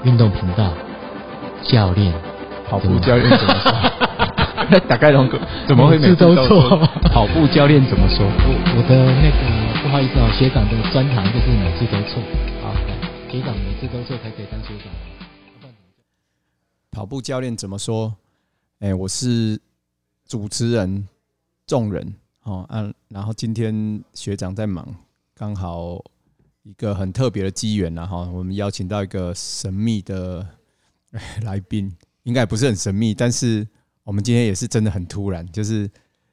运动频道教练， 跑步教练怎么说？大概怎么会每次都错？跑步教练怎么说？ 我的那个不好意思学长的专长就是每次都错。好，学长每次都错才可以当学长。 跑步教练怎么说？我是主持人众人然后今天学长在忙，刚好一个很特别的机缘我们邀请到一个神秘的来宾，应该不是很神秘，但是我们今天也是真的很突然，就是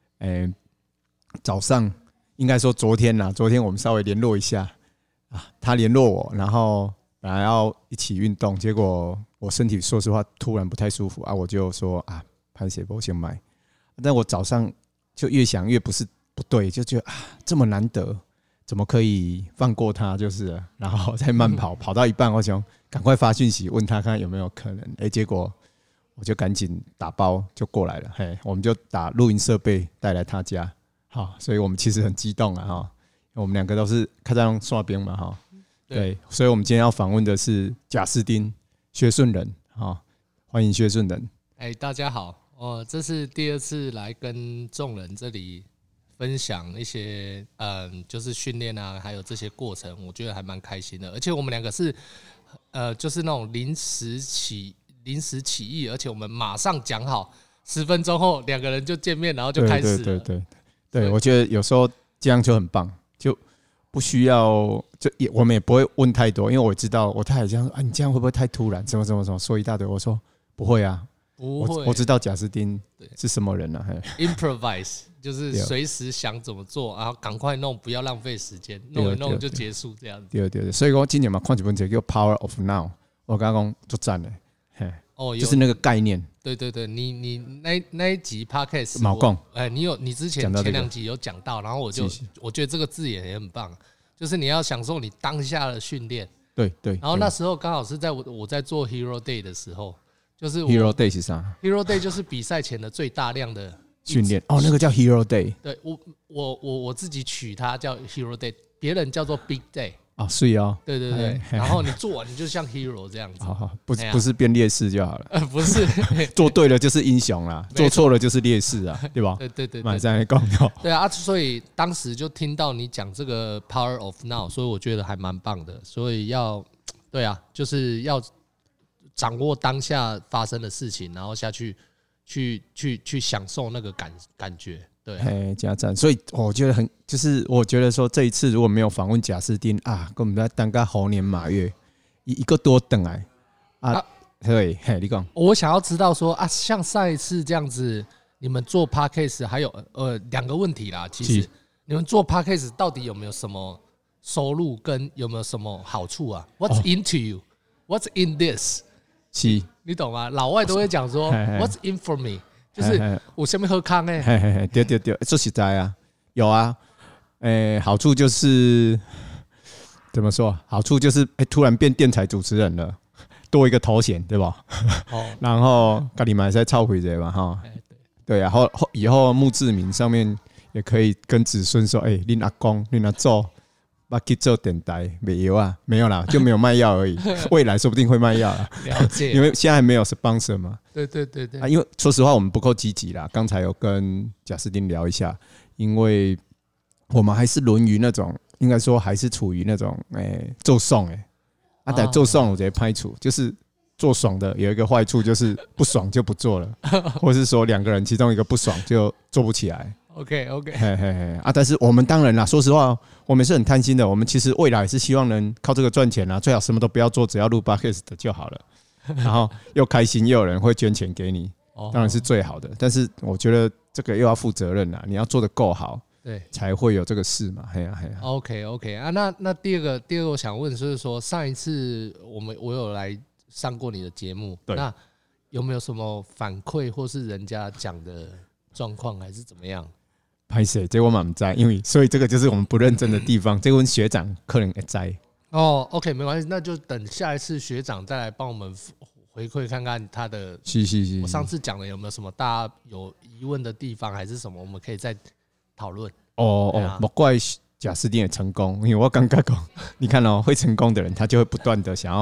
早上应该说昨天我们稍微联络一下他联络我，然后本来要一起运动，结果我身体说实话突然不太舒服我就说拍谁不先买，但我早上就越想越不对，就觉得这么难得，怎么可以放过他就是了，然后再慢跑，跑到一半我想赶快发讯息问他看有没有可能，结果我就赶紧打包就过来了，我们就打录音设备带来他家，好，所以我们其实很激动我们两个都是开在刷边嘛对，所以我们今天要访问的是贾斯汀薛顺仁欢迎薛顺仁。 大家好，这是第二次来跟众人这里分享一些就是训练还有这些过程，我觉得还蛮开心的。而且我们两个是就是那种临时起意，而且我们马上讲好10分钟后两个人就见面，然后就开始了。 对，我觉得有时候这样就很棒，就不需要我们也不会问太多，因为我知道我太太这样说你这样会不会太突然？怎么说一大堆？我说不会不会，我知道贾斯汀是什么人 improvise 就是随时想怎么做，然后赶快弄，不要浪费时间，弄一弄就结束这样子。 对，所以我今年嘛看一本书叫《Power of Now》，我刚刚就赞了，就是那个概念。 对，你那一集 podcast 毛讲， 你之前前2集有讲到，然后我觉得这个字也很棒，就是你要享受你当下的训练。对，然后那时候刚好是在我在做 Hero Day 的时候。就是 Hero Day 是啥 ？Hero Day 就是比赛前的最大量的训练那个叫 Hero Day。 对，我自己取它叫 Hero Day， 别人叫做 Big Day。 是对，然后你做完你就像 Hero 这样子。 好，不是变烈士就好了。 不是， 做对了就是英雄啦，做错了就是烈士对吧？ 对， 马上来讲到。 对所以当时就听到你讲这个 Power of Now， 所以我觉得还蛮棒的。所以就是要掌握当下发生的事情，然后下去享受那个感觉，对， 加赞。所以我觉得就是我觉得说这一次如果没有访问贾斯汀跟我们在等个猴年马月一个多等来对，你讲。 我想要知道说像上一次这样子，你们做 podcast 还有2个问题啦，其实你们做 podcast 到底有没有什么收入，跟有没有什么好处？What's into you? What's in this?你懂吗？老外都会讲说 What's in for me， 就是我下面喝康对，这实在有好处就是怎么说？好处就是突然变电台主持人了，多一个头衔，对吧？然后自己嘛在操回这嘛对以后墓志铭上面也可以跟子孙说，恁阿公恁阿祖要去做电台没有没有啦，就没有卖药而已。未来说不定会卖药啦， 了解。 因为现在还没有 sponsor 嘛。 对因为说实话我们不够积极啦。刚才有跟贾斯汀聊一下，因为我们还是沦于那种，应该说还是处于那种做爽但做爽我直接排除，就是做爽的有一个坏处就是不爽就不做了，或是说2个人其中一个不爽就做不起来。 OK， 但是我们当然啦，说实话，我们是很贪心的。我们其实未来是希望能靠这个赚钱最好什么都不要做，只要录 podcast 就好了。然后又开心，又有人会捐钱给你，当然是最好的。但是我觉得这个又要负责任你要做得够好，对，才会有这个事嘛。 OK 那第二个我想问就是说，上一次我有来上过你的节目，那有没有什么反馈或是人家讲的状况，还是怎么样？ 拍谁？这我们不知道，所以这个就是我们不认真的地方。这问学长可能会知道。 OK， 没关系，那就等下一次学长再来帮我们回馈看看他的。 是。 我上次讲的有没有什么大家有疑问的地方，还是什么，我们可以再讨论。 不怪贾斯汀也成功，因为我刚刚讲，你看会成功的人，他就会不断的想要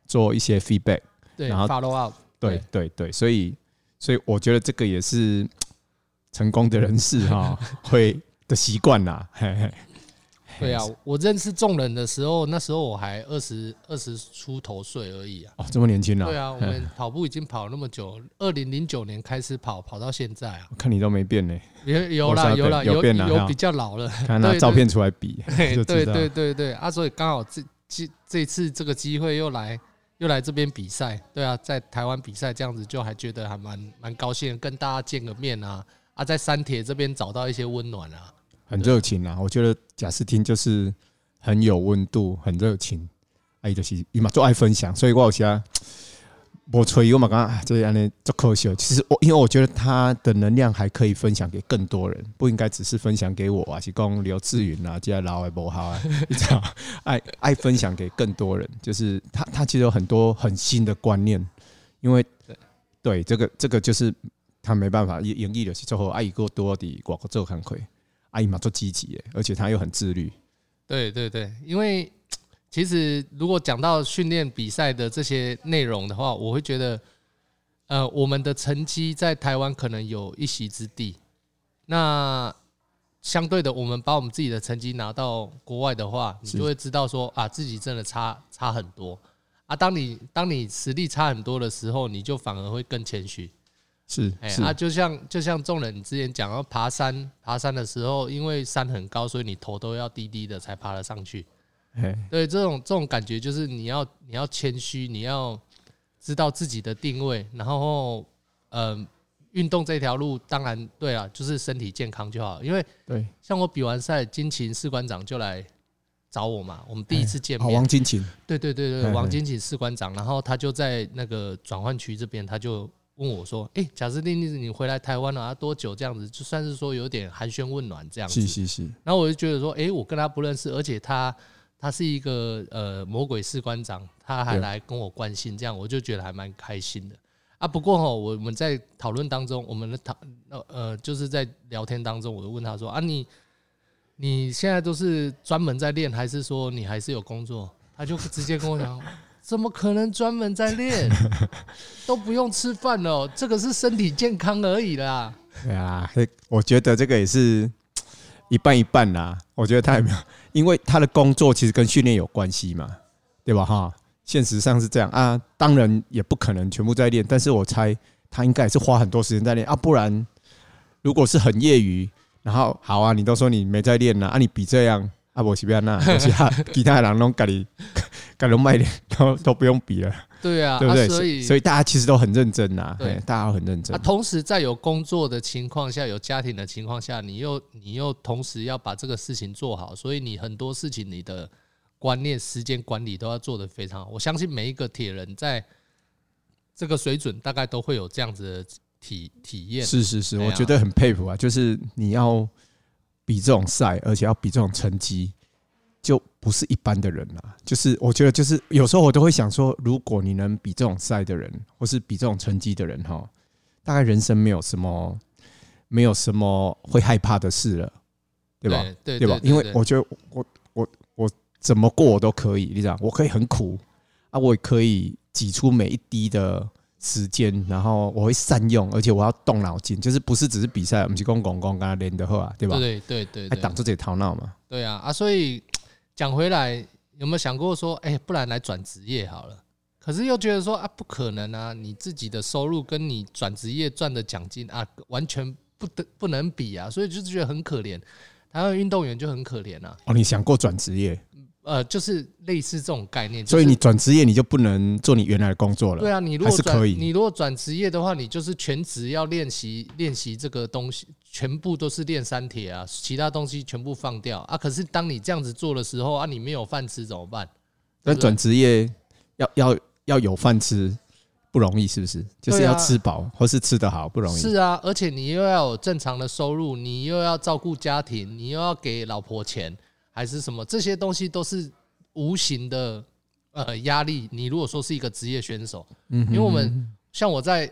做一些 feedback， 对， 然后 follow up， 对，所以我觉得这个也是成功的人士哈会的习惯啦。嘿嘿， 对啊，我认识众人的时候，那时候我还20出头岁而已啊。 哦，这么年轻啊？ 对啊，我们跑步已经跑那么久，2009年开始跑到现在啊。 我看你都没变呢。 有啦，有变啦，有比较老了。 看拿照片出来比，就知道。 对啊，所以刚好这次这个机会又来这边比赛，对啊，在台湾比赛这样子，就还觉得还蛮高兴，跟大家见个面啊，在三铁这边找到一些温暖啊。 很热情啊！我觉得贾斯汀就是很有温度，很热情，伊就是伊嘛最爱分享，所以我有时无吹我嘛讲这安尼足可惜。其实因为我觉得他的能量还可以分享给更多人，不应该只是分享给我啊，是讲刘志云啊，这些老的无好啊，你知道，爱分享给更多人，就是他其实有很多很新的观念，因为对这个就是他没办法，演艺的是最后爱一个多的外国做工课。阿姨嘛做积极耶，而且他又很自律。 对，因为其实如果讲到训练比赛的这些内容的话，我会觉得，我们的成绩在台湾可能有一席之地。那相对的，我们把我们自己的成绩拿到国外的话，你就会知道说啊，自己真的差很多啊。当你实力差很多的时候，你就反而会更谦虚。 是就像众人之前讲到爬山的时候，因为山很高，所以你头都要低低的才爬得上去。对，这种感觉就是你要谦虚，你要知道自己的定位，然后运动这条路当然对啊，就是身体健康就好。因为对，像我比完赛，金琴士官长就来找我嘛，我们第一次见面。 王金琴， 对，王金琴士官长，然后他就在那个转换区这边，他就问我说：“贾斯汀，你回来台湾了多久？”这样子就算是说有点寒暄问暖这样子。 是。 然后我就觉得说，我跟他不认识，而且他是一个魔鬼士官长，他还来跟我关心，这样我就觉得还蛮开心的啊。不过我们在讨论当中，我们的就是在聊天当中，我就问他说：“啊，你现在都是专门在练，还是说你还是有工作？”他就直接跟我讲。怎么可能专门在练？都不用吃饭了，这个是身体健康而已啦。 对啊，我觉得这个也是一半一半啦。我觉得他也没有，因为他的工作其实跟训练有关系嘛，对吧？哈，现实上是这样啊。当然也不可能全部在练，但是我猜他应该也是花很多时间在练啊。不然如果是很业余，然后好啊，你都说你没在练啦，你比这样啊，我是不要那，其他人都改了卖点都不用比了， 对啊， 对不对？所以大家其实都很认真呐，对，大家都很认真。 同时在有工作的情况下，有家庭的情况下，你又同时要把这个事情做好，所以你很多事情你的观念、时间管理都要做得非常好。我相信每一个铁人在这个水准，大概都会有这样子的体验。 是，我觉得很佩服啊，就是你要比这种赛，而且要比这种成绩。就不是一般的人啦，就是我觉得，就是有时候我都会想说，如果你能比这种赛的人，或是比这种成绩的人，大概人生没有什么会害怕的事了，对吧？对吧？因为我觉得我怎么过我都可以，你知道，我可以很苦啊，我也可以挤出每一滴的时间，然后我会善用，而且我要动脑筋，就是不是只是比赛，不是讲跟他练的好，对吧？ 对， 还挡住自己头脑嘛？ 对啊，所以。讲回来，有没有想过说，不然来转职业好了？可是又觉得说啊，不可能啊！你自己的收入跟你转职业赚的奖金啊，完全不能比啊！所以就是觉得很可怜。台湾运动员就很可怜啊。 哦，你想过转职业？ 就是类似这种概念。 所以你转职业，你就不能做你原来的工作了。 对啊，你如果转职业的话，你就是全职要练习这个东西，全部都是练三铁啊，其他东西全部放掉啊。可是当你这样子做的时候啊，你没有饭吃怎么办？ 但转职业要有饭吃不容易，是不是？就是要吃饱或是吃得好不容易。 是啊，而且你又要有正常的收入，你又要照顾家庭，你又要给老婆钱。还是什么，这些东西都是无形的压力。你如果说是一个职业选手，因为我们像我在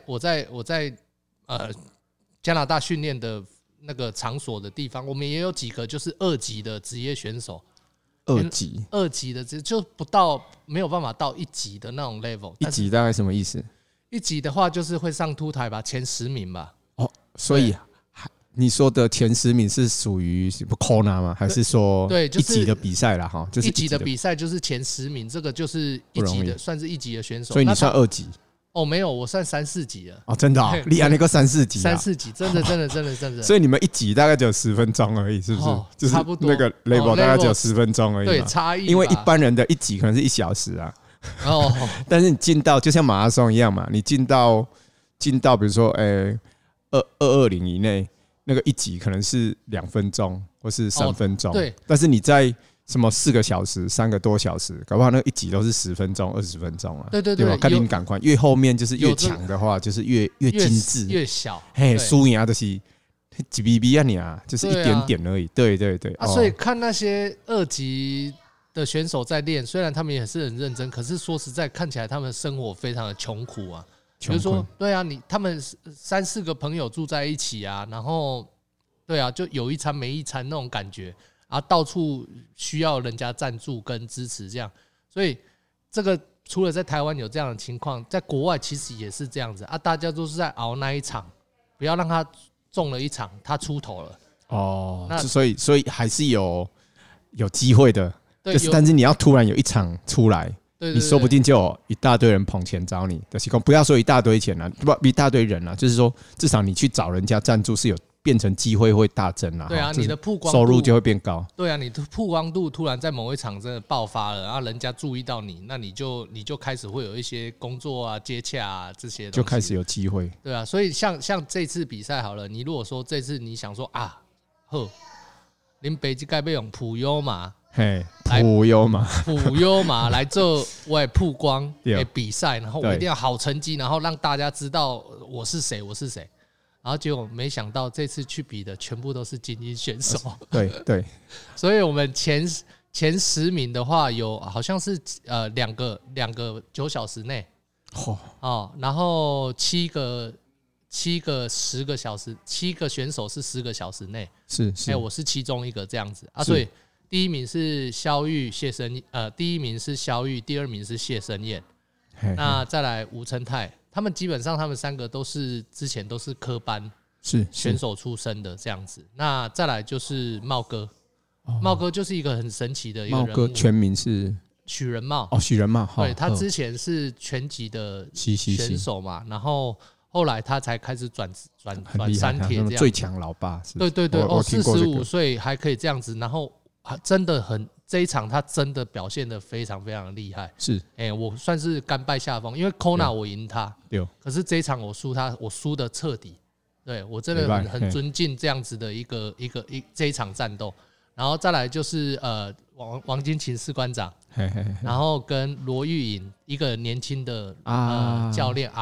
加拿大训练的那个场所的地方，我们也有几个就是2级的职业选手。 2级 ，2级的就不到没有办法到1级的那种 level。 1级大概什么意思 ？1级的话就是会上凸台吧，前10名吧。 哦，所以你说的前10名是属于什么 Kona 吗？还是说对，就是 1级的比赛啦？哈，就是 1级的比赛就是前10名，这个就是1级的，算是1级的选手。 所以你算2级？ 哦，没有，我算3、4级了。 哦，真的啊，厉害那个3、4级 ，3、4级，真的。 所以你们1级大概只有10分钟而已，是不是？就是差不多那个 level 大概只有10分钟而已。 对，差异。 因为一般人的1级可能是1小时啊。 哦， 但是你进到就像马拉松一样嘛，你进到比如说220以内，那个1级可能是2分钟或是3分钟。 对。 但是你在什么4个小时、3个多小时，搞不好那个1级都是10分钟、20分钟啊。 对吧？看你赶快，越后面就是越强的话，就是越精致、 越小。 嘿，输赢就是几 BB 啊你啊，就是一点点而已。对啊， 所以看那些2级的选手在练，虽然他们也是很认真，可是说实在，看起来他们的生活非常的穷苦啊。比如说，对啊，他们3、4个朋友住在一起啊，然后对啊，就有一餐没一餐那种感觉。到处需要人家赞助跟支持，这样，所以这个除了在台湾有这样的情况，在国外其实也是这样子啊。大家都是在熬那一场，不要让他中了一场，他出头了。 哦，所以还是有机会的。 对， 但是你要突然有一场出来， 对， 你说不定就有一大堆人捧钱找你的情况。不要说一大堆钱了，不一大堆人了，就是说至少你去找人家赞助是有。变成机会会大增啊！ 对啊，你的曝光度收入就会变高。 对啊，你的曝光度突然在某一场真的爆发了，然后人家注意到你，那你就开始会有一些工作啊、接洽啊这些东西， 就开始有机会。 对啊，所以像这次比赛好了，你如果说这次你想说啊，恁北极该被用普优嘛， 嘿，普优嘛来做我曝光的比赛，然后我一定要好成绩，然后让大家知道我是谁。然后结果没想到这次去比的全部都是精英选手。 对， 所以我们前10名的话有好像是两个9小时内，然后7个10个小时，7个选手是10个小时内， 是， 我是其中一个这样子啊。所以第一名是萧玉谢生，第一名是萧玉，第2名是谢生燕，那再来吴成泰。他们基本上，他们3个都是之前都是科班选手出身的这样子。那再来就是茂哥，茂哥就是一个很神奇的一个人物。 茂哥全名是许仁茂。 许仁茂。 对，他之前是拳击的选手嘛，然后后来他才开始转三铁这样。 最强老爸是。 对，45岁还可以这样子，然后真的这一场他真的表现得非常非常的厉害， 是， 我算是甘拜下风，因为 Kona 我赢他，可是这一场我输他，我输得彻底，对我真的很尊敬这样子的这一场战斗，然后再来就是王金琴士官长，然后跟罗玉颖一个年轻的教练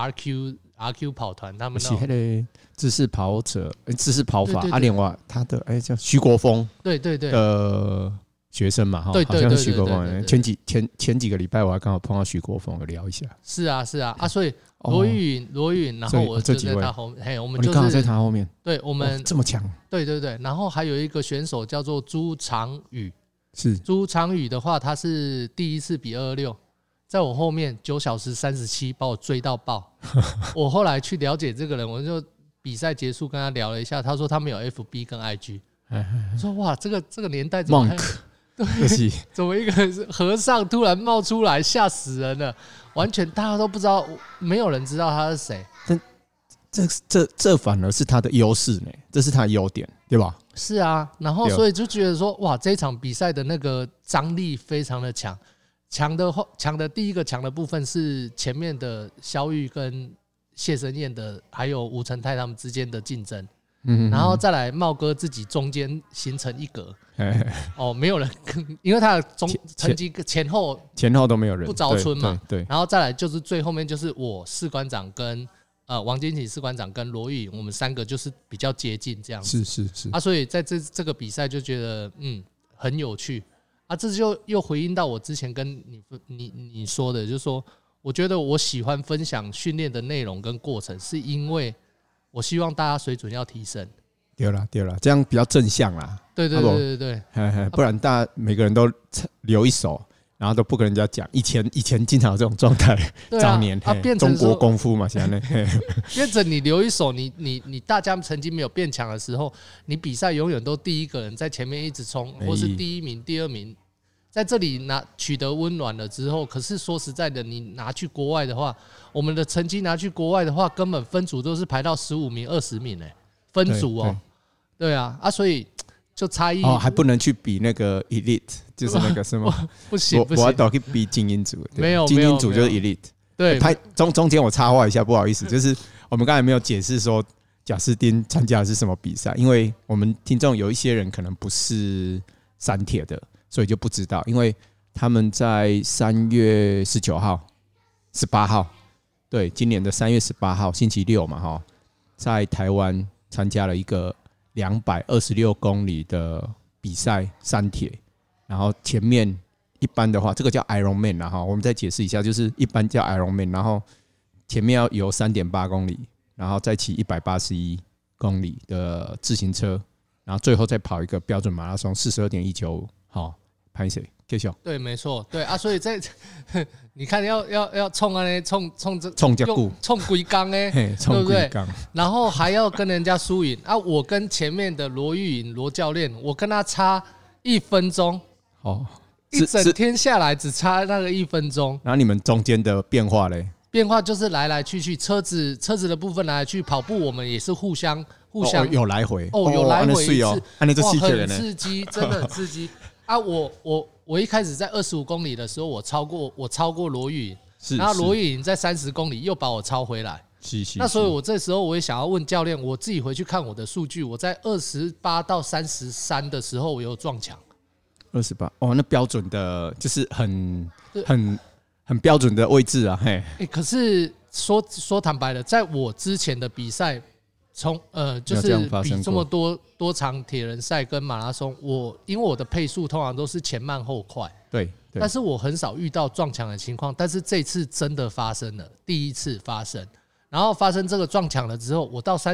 RQ 跑团，他们那种自式跑者、自式跑法，另外他的叫徐国峰， 对学生嘛， 对， 好像是徐国峰。前几个礼拜我还刚好碰到徐国峰，聊一下。是啊， 所以罗玉颖，然后我就在他后面，我们就是刚好在他后面。 对，我们这么强。 对，然后还有一个选手叫做朱长宇， 朱长宇的话，他是第一次比226，在我后面9小时37把我追到爆。我后来去了解这个人，我就比赛结束跟他聊了一下，他说他没有 FB 跟 IG。我说哇，这个年代怎么对，怎么一个和尚突然冒出来，吓死人了！完全大家都不知道，没有人知道他是谁。 但这反而是他的优势呢，这是他的优点，对吧？ 是啊，然后所以就觉得说，哇，这场比赛的那个张力非常的强。强的第一个强的部分是前面的萧玉跟谢生燕的，还有吴成泰他们之间的竞争。然后再来茂哥自己中间形成一格，没有人，因为他的成绩前后都没有人， 不着村嘛。 对， 然后再来就是最后面就是我士官长跟王金喜士官长跟罗玉颖，我们3个就是比较接近这样子。 是所以在这个比赛就觉得很有趣啊，这就又回应到我之前跟你说的，就是说我觉得我喜欢分享训练的内容跟过程，是因为我希望大家水准要提升， 对啦对啦，这样比较正向啦。 对对对对对， 不然大家每个人都留一手，然后都不跟人家讲。以前经常有这种状态，早年中国功夫嘛，现在变成你留一手，你大家成绩没有变强的时候，你比赛永远都第一个人在前面一直冲，或是第一名、第二名，在这里取得温暖了之后，可是说实在的，你拿去国外的话，我们的成绩拿去国外的话，根本分组都是排到15名、20名分组哦，对啊，所以。就差异还不能去比那个 elite， 就是那个什么不行， 我都去比精英组， 没有精英组就是 elite。 对， 中间我插话一下，不好意思，就是我们刚才没有解释说贾斯汀参加的是什么比赛，因为我们听众有一些人可能不是散铁的，所以就不知道，因为他们在3月19号、18号，对，今年的3月18号星期六嘛，哈，在台湾参加了一个226公里的比赛三铁，然后前面一般的话，这个叫 Ironman 啦哈，我们再解释一下，就是一般叫 Ironman， 然后前面要游3.8公里，然后再骑181公里的自行车，然后最后再跑一个标准马拉松42.195，好，拍谁？继续。 对，没错，对啊，所以在你看要冲啊呢，冲这股， 冲龟缸哎，对不对？然后还要跟人家输赢啊！我跟前面的罗玉颖罗教练，我跟他差1分钟，哦，一整天下来只差那个1分钟。 然后你们中间的变化嘞？ 变化就是来来去去，车子的部分来来去，跑步我们也是互相有来回哦，有来回一次， 哇，很刺激，真的很刺激啊！我一开始在25公里的时候，我超过罗玉颖，然后罗玉颖在30公里又把我超回来。那所以我这时候我也想要问教练，我自己回去看我的数据，我在28到33的时候我有撞墙。 28哦，那标准的就是很标准的位置啊，嘿。 可是说坦白的，在我之前的比赛，就是比这么多场铁人赛跟马拉松，因为我的配速通常都是前慢后快， 对， 但是我很少遇到撞墙的情况，但是这次真的发生了，第一次发生，然后发生这个撞墙了之后，我到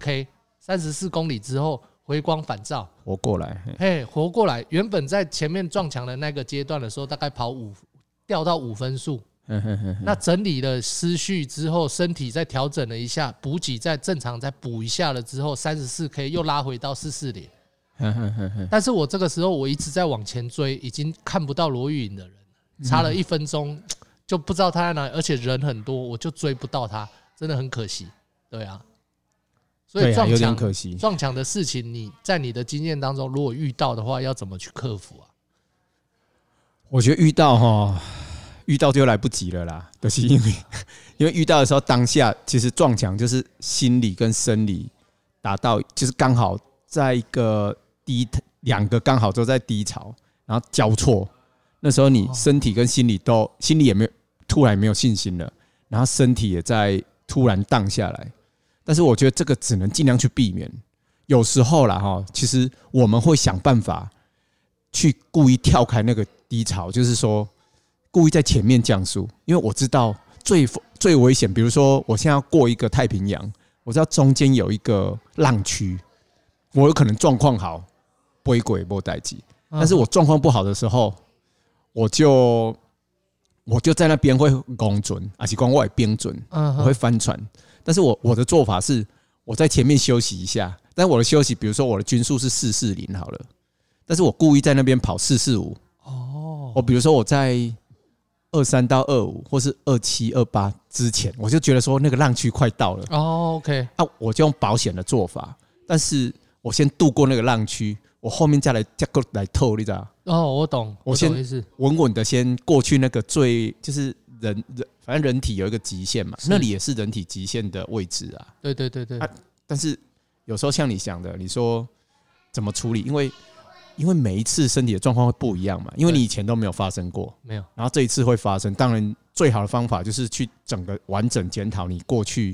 34公里之后回光返照， 活过来，原本在前面撞墙的那个阶段的时候，大概掉到5分数。那整理了思绪之后，身体再调整了一下，补给再正常再补一下了之后，34K 又拉回到440。但是我这个时候我一直在往前追，已经看不到罗玉颖的人了，差了1分钟就不知道他在哪里，而且人很多，我就追不到他，真的很可惜。对啊，所以撞墙的事情，你在你的经验当中，如果遇到的话，要怎么去克服啊？ 我觉得遇到就来不及了啦，就是因为遇到的时候，当下其实撞墙就是心理跟生理达到，就是刚好在一个两个刚好都在低潮，然后交错。那时候你身体跟心理也没有突然没有信心了，然后身体也在突然荡下来。但是我觉得这个只能尽量去避免。有时候啦其实我们会想办法去故意跳开那个低潮，就是说。故意在前面降速，因为我知道最危险。比如说，我现在要过一个太平洋，我知道中间有一个浪区，我有可能状况好，不会鬼不代志。但是我状况不好的时候，我就在那边会攻准，还是讲我会冰准，我会翻船。但是我的做法是，我在前面休息一下，但我的休息，比如说我的均速是440好了，但是我故意在那边跑445。我比如说我在23到25或是27、28之前，我就觉得说那个浪区快到了。 OK， 我就用保险的做法，但是我先渡过那个浪区，我后面再来透，你知道？ 我懂，我先稳稳的先过去那个就是反正人体有一个极限嘛，那里也是人体极限的位置啊。 对。 但是有时候像你想的，你说怎么处理？因为每一次身体的状况会不一样嘛，因为你以前都没有发生过， 没有， 然后这一次会发生。当然，最好的方法就是去整个完整检讨你过去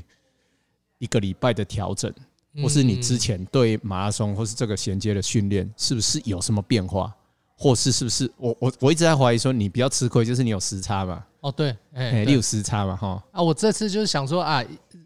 1个礼拜的调整，或是你之前对马拉松或是这个衔接的训练是不是有什么变化，或是不是我一直在怀疑说你比较吃亏，就是你有时差嘛？ 对， 你有时差嘛？我这次就是想说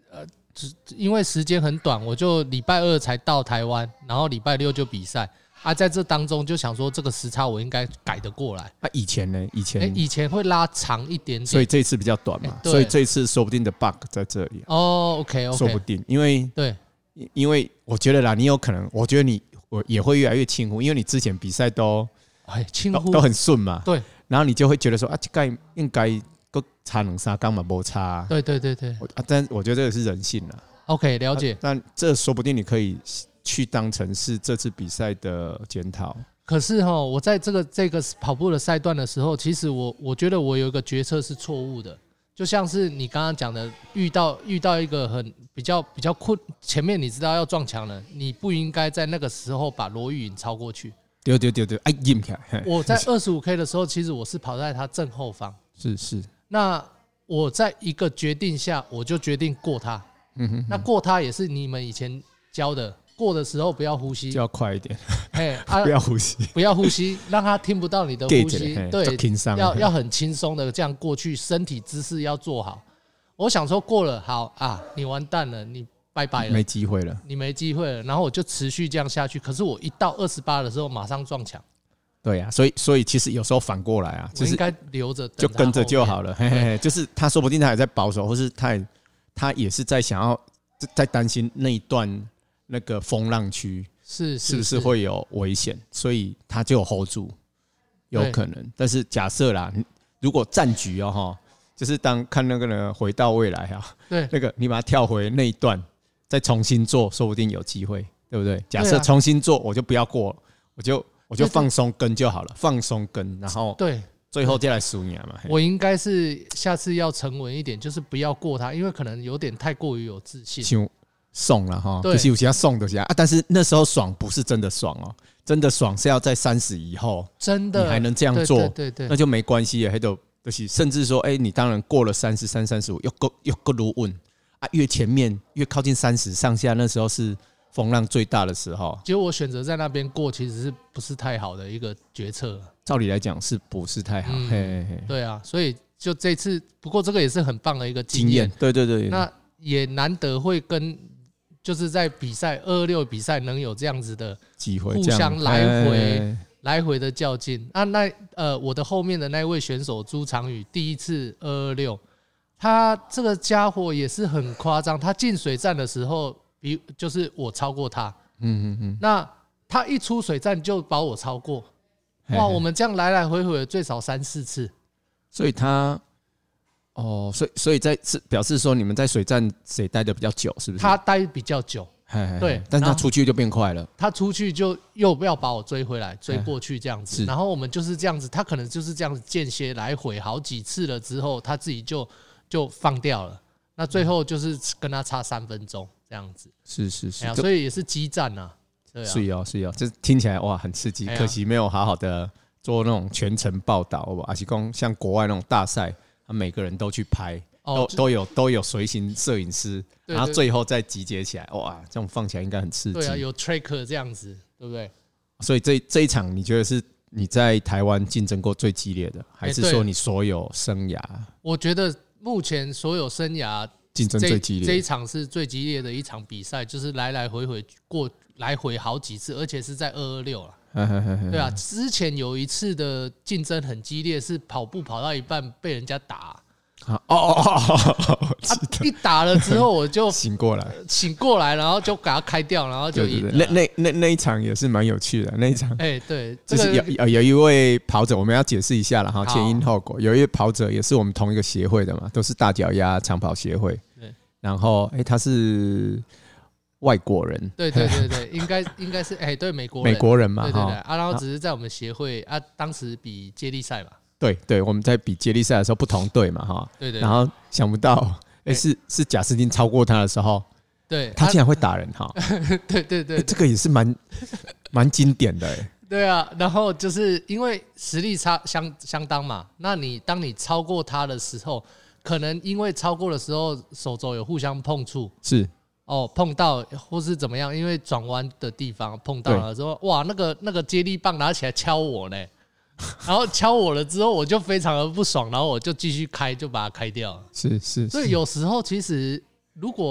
因为时间很短，我就礼拜2才到台湾，然后礼拜6就比赛啊。在这当中就想说，这个时差我应该改得过来。 以前呢？ 以前会拉长一点点， 所以这一次比较短嘛，所以这一次说不定的 bug 在这里。 OK， 说不定，因为我觉得啦，你有可能，我觉得我也会越来越轻忽，因为你之前比赛都很顺嘛， 对， 然后你就会觉得说这个应该够差2-3缸嘛，不差。 对， 但我觉得这个是人性啦。 OK， 了解。 但这说不定你可以去当成是这次比赛的检讨。 可是我在这个跑步的赛段的时候，其实我觉得我有一个决策是错误的，就像是你刚刚讲的，遇到一个比较困，前面你知道要撞墙了，你不应该在那个时候把罗玉颖超过去。 对，硬起来。我在25K 的时候，其实我是跑在他正后方。 是。 那我在一个决定下，我就决定过他。那过他也是你们以前教的，过的时候不要呼吸， 就要快一点。 不要呼吸，让他听不到你的呼吸。对，要很轻松的这样过去，身体姿势要做好。我想说过了，好啊，你完蛋了，你拜拜了， 没机会了， 你没机会了。然后我就持续这样下去，可是我一到28的时候，马上撞墙。 对啊，所以其实有时候反过来啊，就是应该留着， 就跟着就好了。就是他说不定他还在保守，或是他也是在想要在担心那一段那个风浪区是不是会有危险，所以他就有 hold 住，有可能。但是假设啦，如果战局就是当看那个人回到未来啊， 对， 那个你把它跳回那一段，再重新做，说不定有机会，对不对？假设重新做，我就不要过，我就放松跟就好了，放松跟，然后对， 最后再来数你嘛。 我应该是下次要沉稳一点，就是不要过他，因为可能有点太过于有自信。 就送了哈，就是有些送的些但是那时候爽不是真的爽哦，真的爽是要在30以后， 真的你还能这样做， 对，那就没关系了。就是甚至说，你当然过了33、35，又够如稳啊，越前面越靠近30上下，那时候是风浪最大的时候。 结果我选择在那边过，其实是不是太好的一个决策？ 照理来讲是不是太好？ 对啊，所以就这次，不过这个也是很棒的一个经验。 对， 那也难得会跟就是在比赛226比赛能有这样子的机会， 互相来回的较劲啊。我的后面的那位选手朱长宇，第一次226，他这个家伙也是很夸张。他进水站的时候，就是我超过他，那他一出水站就把我超过，哇！我们这样来来回回最少3-4次， 所以他。所以是表示说你们在水站谁待的比较久，是不是？ 他待比较久，对， 但他出去就变快了。 他出去就又要把我追回来，追过去这样子。然后我们就是这样子，他可能就是这样子间歇来回好几次了之后，他自己就放掉了。那最后就是跟他差3分钟这样子。 是， 所以也是激战啊。对啊， 是哦，这听起来哇很刺激，可惜没有好好的做那种全程报道，还是说像国外那种大赛。每个人都去拍，都有随行摄影师，然后最后再集结起来，哇，这种放起来应该很刺激。 对啊，有 tracker 这样子，对不对？ 所以这一场，你觉得是你在台湾竞争过最激烈的，还是说你所有生涯？ 我觉得目前所有生涯竞争最激烈， 这一场是最激烈的一场比赛，就是来来回回过来回好几次，而且是在226了。对啊，之前有一次的竞争很激烈，是跑步跑到一半被人家打。一打了之后我就醒过来，然后就给他开掉，然后就赢了。 那一场也是蛮有趣的，那一场。 对， 就是有一位跑者，我们要解释一下了哈，前因后果。有一位跑者也是我们同一个协会的嘛，都是大脚丫长跑协会。对，然后他是。外国人， 对，应该是对美国人嘛， 对然后只是在我们协会当时比接力赛嘛， 对，我们在比接力赛的时候不同队嘛，哈，对，然后想不到，是贾斯汀超过他的时候， 对， 他竟然会打人哈， 对， 这个也是蛮经典的对啊，然后就是因为实力差相当嘛，那当你超过他的时候，可能因为超过的时候手肘有互相碰触， 是。 碰到或是怎么样，因为转弯的地方碰到了之后，哇，那个接力棒拿起来敲我呢，然后敲我了之后，我就非常的不爽，然后我就继续开，就把它开掉了。 是， 所以有时候其实如果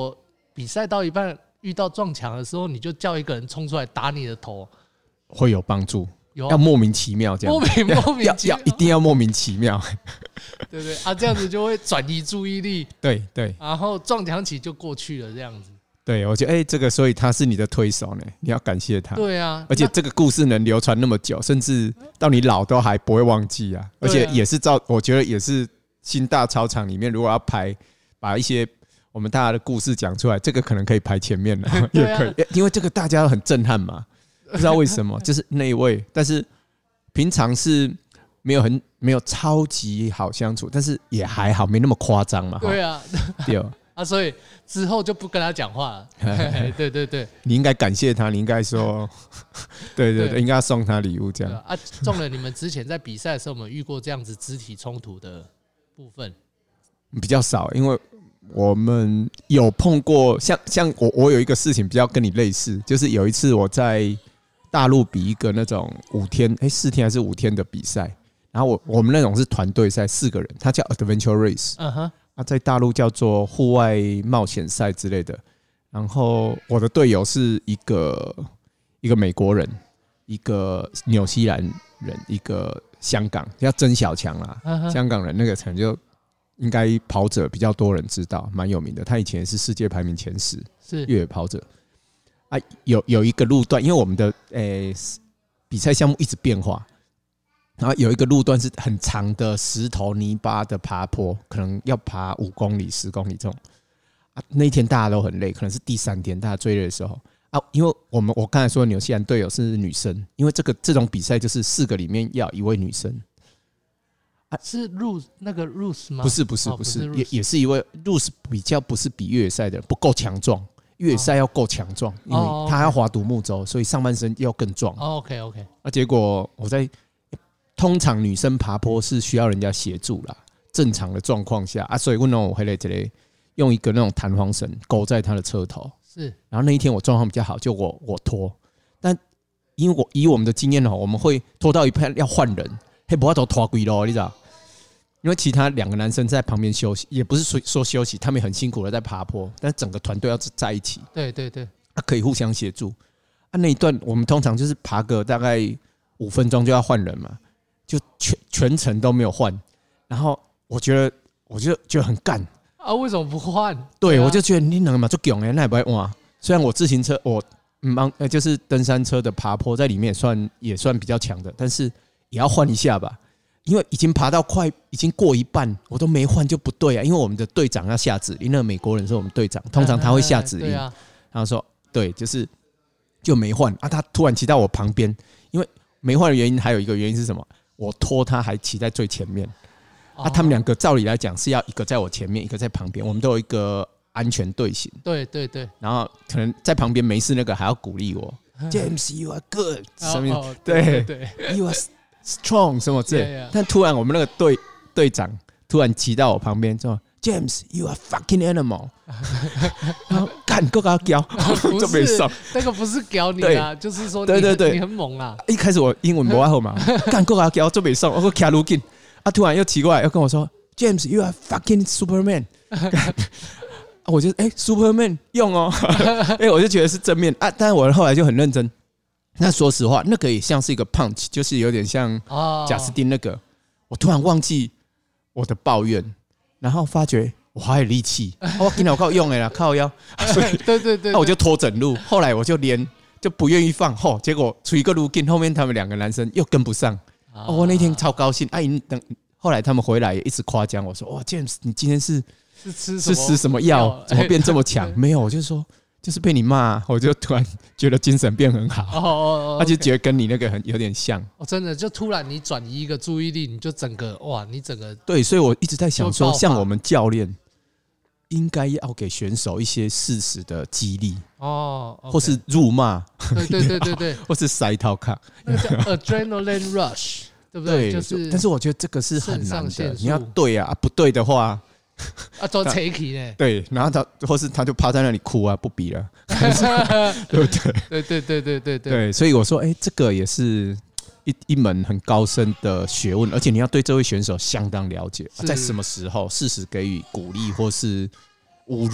比赛到一半遇到撞墙的时候，你就叫一个人冲出来打你的头， 会有帮助。 有、啊、 要莫名其妙这样， 莫名其妙， 一定要莫名其妙， 对对啊，这样子就会转移注意力， 对对， 然后撞墙期就过去了，这样子。 对，我觉得这个所以他是你的推手呢，你要感谢他。 对啊， 而且这个故事能流传那么久，甚至到你老都还不会忘记啊。而且也是我觉得也是新大操场里面，如果要把一些我们大家的故事讲出来，这个可能可以排前面了，也可以，因为这个大家都很震撼嘛。不知道为什么，就是那一位，但是平常是没有超级好相处，但是也还好，没那么夸张嘛。 对啊， 对啊，所以之后就不跟他讲话了。对对对， 你应该感谢他，你应该说，对对对，应该要送他礼物这样。 啊，仲仁，你们之前在比赛的时候，有没有遇过这样子肢体冲突的部分？ 比较少，因为我们有碰过，像我有一个事情比较跟你类似，就是有一次我在大陆比一个那种4天还是5天的比赛，然后我们那种是团队赛，4个人，它叫 Adventure Race， 在大陆叫做户外冒险赛之类的。然后我的队友是一个美国人，一个纽西兰人，一个香港叫曾小强啦，香港人那个可能就应该跑者比较多人知道，蛮有名的。他以前是世界排名前10，是越野跑者。啊，有一个路段，因为我们的比赛项目一直变化，然后有一个路段是很长的石头泥巴的爬坡，可能要爬5公里、10公里这种。啊，那一天大家都很累，可能是第3天大家最累的时候啊。因为我刚才说的纽西兰队友是女生，因为这种比赛就是4个里面要1位女生。 啊，是那个 Ruth 吗？ 不是，也是一位 Ruth， 比较不是比越野赛的人不够强壮。越野赛要够强壮，因为他要划独木舟，所以上半身要更壮。 OK， 那结果通常女生爬坡是需要人家协助啦，正常的状况下啊，所以我用一个那种弹簧绳勾在他的车头。是，然后那一天我状况比较好，就我拖，但因为以我们的经验我们会拖到一半要换人，不要都拖贵咯，你知道？因为其他2个男生在旁边休息，也不是说休息，他们也很辛苦的在爬坡，但整个团队要在一起。对对对，可以互相协助。那一段我们通常就是爬个大概5分钟就要换人嘛，就全程都没有换。然后我就觉得很干啊，为什么不换？ 对，我就觉得你能嘛就囧那也不会哇。虽然我自行车就是登山车的爬坡在里面也算比较强的，但是也要换一下吧。因为已经爬到已经过一半，我都没换就不对啊！因为我们的队长要下指令，那个美国人是我们队长，通常他会下指令，然后说对，就没换啊。他突然骑到我旁边，因为没换的原因还有一个原因是什么？我拖他还骑在最前面啊。他们2个照理来讲是要一个在我前面，一个在旁边，我们都有一个安全队形。对对对，然后可能在旁边没事，那个还要鼓励我 ，James you are good， 上面对 ，you are strong 什么之类的，但突然我们那个队长突然骑到我旁边说 ：“James, you are fucking animal。”然后干够他屌，就没上。 那个不是屌你啊，就是说你很猛啊。 一开始我英文不太好嘛，干够他屌就没上，我卡路劲啊，突然又骑过来又跟我说 ：“James, you are fucking Superman。”我就Superman 用哦，我就觉得是正面啊，但是我后来就很认真。那说实话，那个也像是一个 punch， 就是有点像贾斯汀那个。我突然忘记我的抱怨，然后发觉我还有力气，我今天我靠用了啦，靠腰。对，那我就拖整路。后来我就不愿意放，结果出一个路径，后面他们2个男生又跟不上。我那天超高兴，后来他们回来也一直夸奖我说：“哇 ，James， 你今天是吃什么药？怎么变这么强？”没有，我就说。就是被你骂，我就突然觉得精神变很好。他就觉得跟你那个有点像。真的，就突然你转移一个注意力，你就整个对，所以我一直在想说，像我们教练应该要给选手一些适时的激励或是辱骂，对，或是塞套卡， 那个叫 adrenaline rush， 对不对？ 但是我觉得这个是很难的，你要对啊，不对的话。 做扯起呢？ 对，然后他就趴在那里哭啊，不比了，对不对？对，所以我说，这个也是一门很高深的学问，而且你要对这位选手相当了解，在什么时候适时给予鼓励或是侮辱，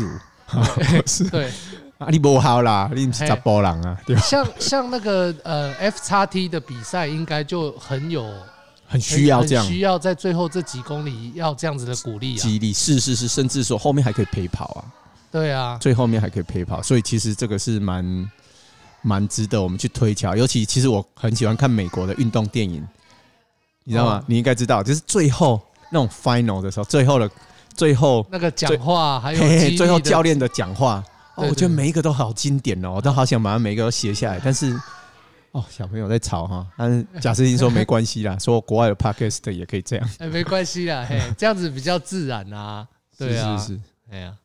是对。 啊，你不好啦，你不是查甫人啊，对吧？ 像那个FXT 的比赛，应该就很需要这样， 很需要在最后这几公里要这样子的鼓励啊， 激励，是，甚至说后面还可以陪跑啊。 对啊， 最后面还可以陪跑，所以其实这个是蛮值得我们去推敲。尤其其实我很喜欢看美国的运动电影，你知道吗？你应该知道，就是最后那种 final 的时候，最后那个讲话，还有最后教练的讲话。 对， 我觉得每一个都好经典哦，我都好想把它每一个都写下来。但是小朋友在吵哈，但是贾斯汀说没关系啦，说国外的 podcast 也可以这样， 没关系啦，这样子比较自然啊，对啊， 是， 哎呀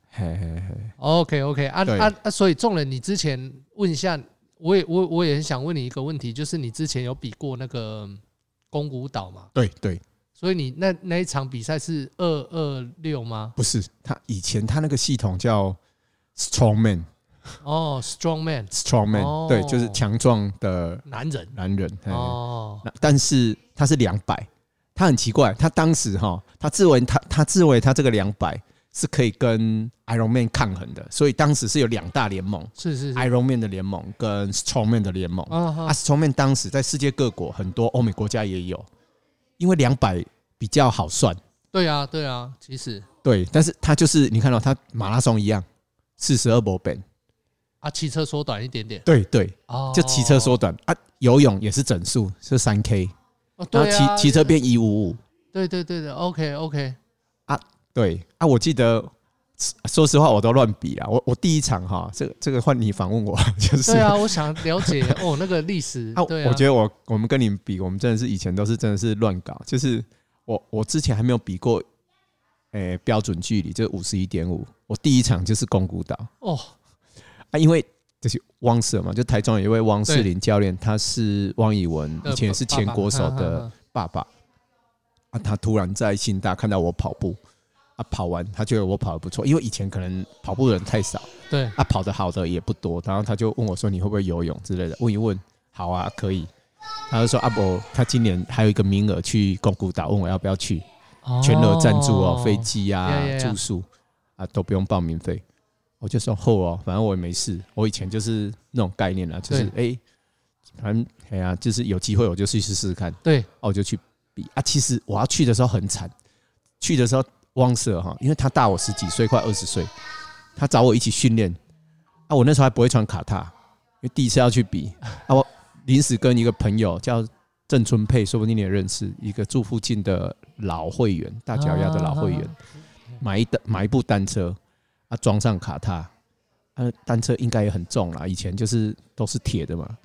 ，OK 啊，所以众人，你之前问一下，我也很想问你一个问题，就是你之前有比过那个宫古岛吗？ 对， 所以你那一场比赛是226吗？ 不是，以前他那个系统叫 Strongman。 Strongman， 对，就是强壮的男人。 但是他是200，他很奇怪，他当时他自为他这个200是可以跟 Ironman 抗衡的，所以当时是有2大联盟， 是 Ironman 的联盟跟 Strongman 的联盟。Strongman 当时在世界各国很多欧美国家也有，因为200比较好算。 对啊，其实对，但是他就是你看到他马拉松一样，42步变。 骑车缩短一点点， 对，就骑车缩短啊。游泳也是整数，是3K，然后骑车变155。 对 ，OK 啊，对啊，我记得，说实话我都乱比啦。我第一场这个换你访问我，就是对啊，我想了解那个历史啊。 我觉得我们跟你们比，我们真的是以前都是真的是乱搞，就是我之前还没有比过，标准距离就是51.5，我第一场就是宫古岛因为就是汪 Sir 嘛，就台中有一位汪士林教练，他是汪以文以前是前国手的爸爸他突然在新大看到我跑步跑完他觉得我跑得不错，因为以前可能跑步的人太少， 对跑得好的也不多，然后他就问我说你会不会游泳之类的，问一问，好啊，可以。他就说他今年还有一个名额去宫古岛，问我要不要去，全额赞助飞机住宿都不用报名费。我就说反正我也没事。我以前就是那种概念啦，就是反正就是有机会我就去试试看。 对， 我就去比其实我要去的时候很惨，去的时候汪 Sir因为他大我10几岁，快20岁，他找我一起训练我那时候还不会穿卡踏，因为第一次要去比我临时跟一个朋友叫郑春佩，说不定你也认识，一个住附近的老会员，大脚丫的老会员，买一部单车。装上卡踏单车应该也很重啦，以前就是都是铁的嘛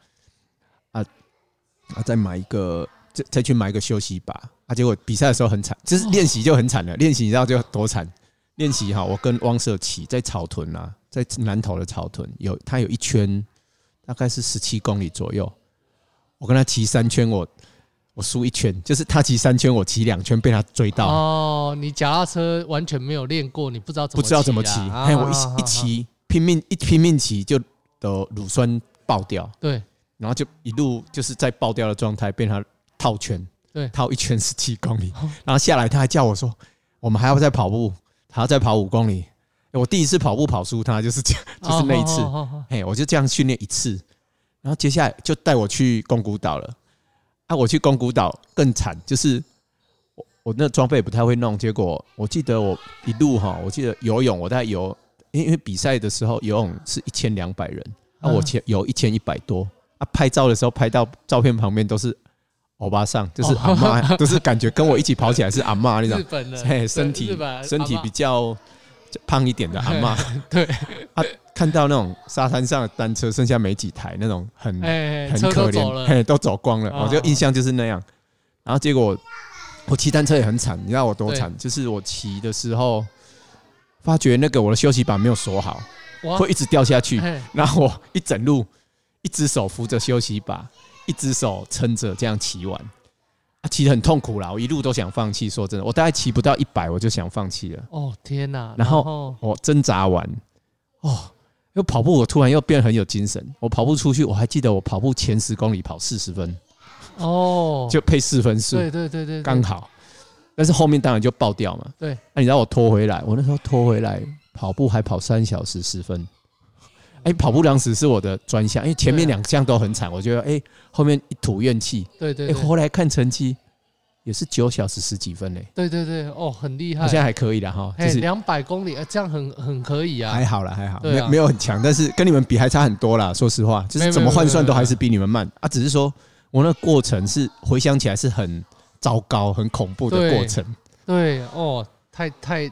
再买一个，再去买一个休息把结果比赛的时候很惨，就是练习就很惨了。练习你知道就多惨？练习我跟汪 Sir 骑在草屯在南投的草屯他有一圈大概是17公里左右，我跟他骑3圈，我输1圈，就是他骑3圈，我骑2圈被他追到。 你脚踏车完全没有练过，你不知道怎么骑。 我一骑拼命骑就的乳酸爆掉，对，然后就一路就是在爆掉的状态被他套圈，对，套一圈17公里，然后下来他还叫我说，我们还要再跑步，还要再跑5公里。我第一次跑步跑输他，就是那一次，我就这样训练1次，然后接下来就带我去宫古岛了。我去宫古岛更惨，就是我那装备不太会弄，结果我记得我一路我记得游泳我大概游，因为比赛的时候游泳是1200人，我游1100多，拍照的时候拍到照片旁边都是欧巴桑，就是阿嬷，都是感觉跟我一起跑起来是阿嬷那种， 日本的， 身体比较胖一点的阿嬷， 对看到那种沙滩上的单车剩下没几台，那种很可怜，都走光了，我就印象就是那样。然后结果我骑单车也很惨，你知道我多惨？就是我骑的时候发觉那个我的休息板没有锁好，会一直掉下去，然后我一整路一只手扶着休息把，一只手撑着这样骑完，骑得很痛苦啦，我一路都想放弃。说真的，我大概骑不到100我就想放弃了。 天哪！ 然后我挣扎完，因为跑步我突然又变得很有精神。我跑步出去，我还记得我跑步前10公里跑40分，就配4分数，刚好。但是后面当然就爆掉嘛。对，你知道我拖回来，我那时候拖回来跑步还跑3小时10分。跑步量时是我的专项，因为前面2项都很惨，我觉得后面一吐怨气。 对， 后来看成绩也是9小时10几分嘞。 对，哦，很厉害。 我现在还可以啦哈，就是 200公里，这样很可以啊。 还好啦，没有很强，但是跟你们比还差很多啦。说实话，就是怎么换算都还是比你们慢啊。只是说我那个过程是回想起来是很糟糕、很恐怖的过程。 对哦，太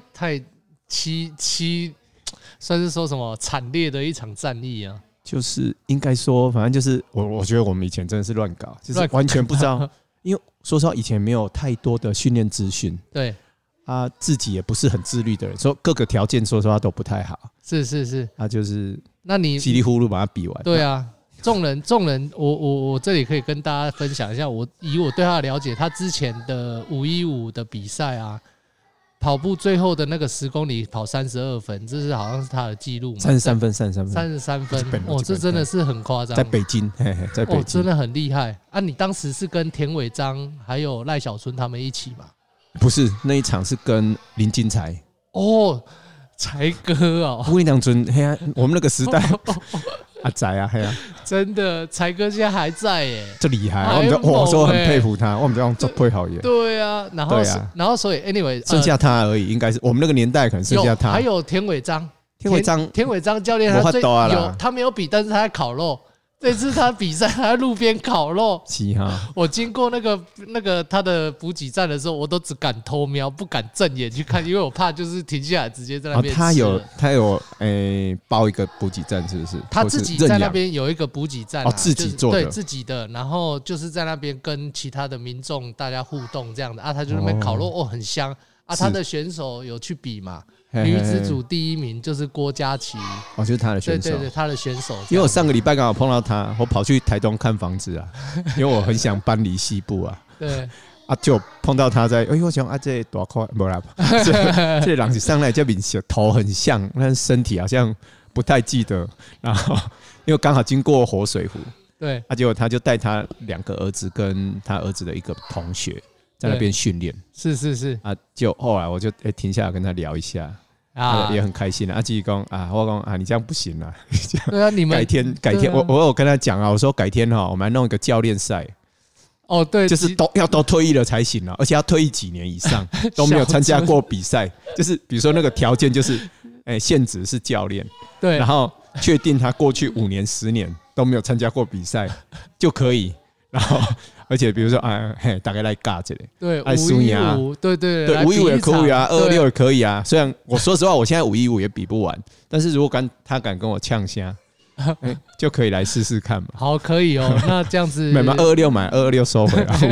算是说什么惨烈的一场战役啊。 就是应该说，反正就是我觉得我们以前真的是乱搞，就是完全不知道，因为说实话以前没有太多的训练资讯， 对啊，自己也不是很自律的人，所以各个条件说实话都不太好。 是， 就是那你稀里糊涂把它比完。 对啊，众人，我这里可以跟大家分享一下，以我对他的了解，他之前的515的比赛啊。跑步最后的那个10公里跑32分，这是好像是他的记录嘛 ？33分， 这真的是很夸张。 在北京，在北京， 真的很厉害啊！你当时是跟田伟章还有赖小春他们一起吗？ 不是，那一场是跟林金才。 哦，才哥哦， 不会两尊，我们那个时代。阿仔啊， 真的，才哥现在还在耶， 这厉害！我说很佩服他，我们这样做配好耶。 对啊，然后所以 anyway， 剩下他而已，应该是我们那个年代可能剩下他。 还有田伟章教练，他没有比，但是他在烤肉。这次他比赛，他在路边烤肉。我经过那个他的补给站的时候，我都只敢偷瞄，不敢正眼去看，因为我怕就是停下来直接在那边吃。 他有包一个补给站，是不是？ 他自己在那边有一个补给站， 自己做的， 对自己的，然后就是在那边跟其他的民众大家互动这样的啊，他就那边烤肉很香啊。他的选手有去比嘛？女子组第1名就是郭嘉琪， 就是他的选手。 对，他的选手。 因为我上个礼拜刚好碰到他，我跑去台东看房子啊，因为我很想搬离西部啊。 对啊，就碰到他在，我想这大块没啦，这人是上来这面头很像，但身体好像不太记得。然后因为刚好经过活水湖， 对， 结果他就带他2个儿子跟他儿子的一个同学在那边训练。 是啊，就后来我就停下来跟他聊一下。也很开心啊！继续讲啊，我讲啊，你这样不行啊！ 对啊，你们改天，我有跟他讲啊，我说改天我们来弄一个教练赛。 哦，对， 就是都退役了才行啊，而且要退役几年以上都没有参加过比赛，就是比如说那个条件就是现职是教练， 对， 然后确定他过去5年10年都没有参加过比赛就可以，然后。而且比如说大概来尬这里， 对，515，对 ，515也可以啊，226也可以啊。虽然我说实话，我现在515也比不完，但是如果他敢跟我呛虾，就可以来试试看嘛。 好，可以哦。那这样子， 买226买226收回啊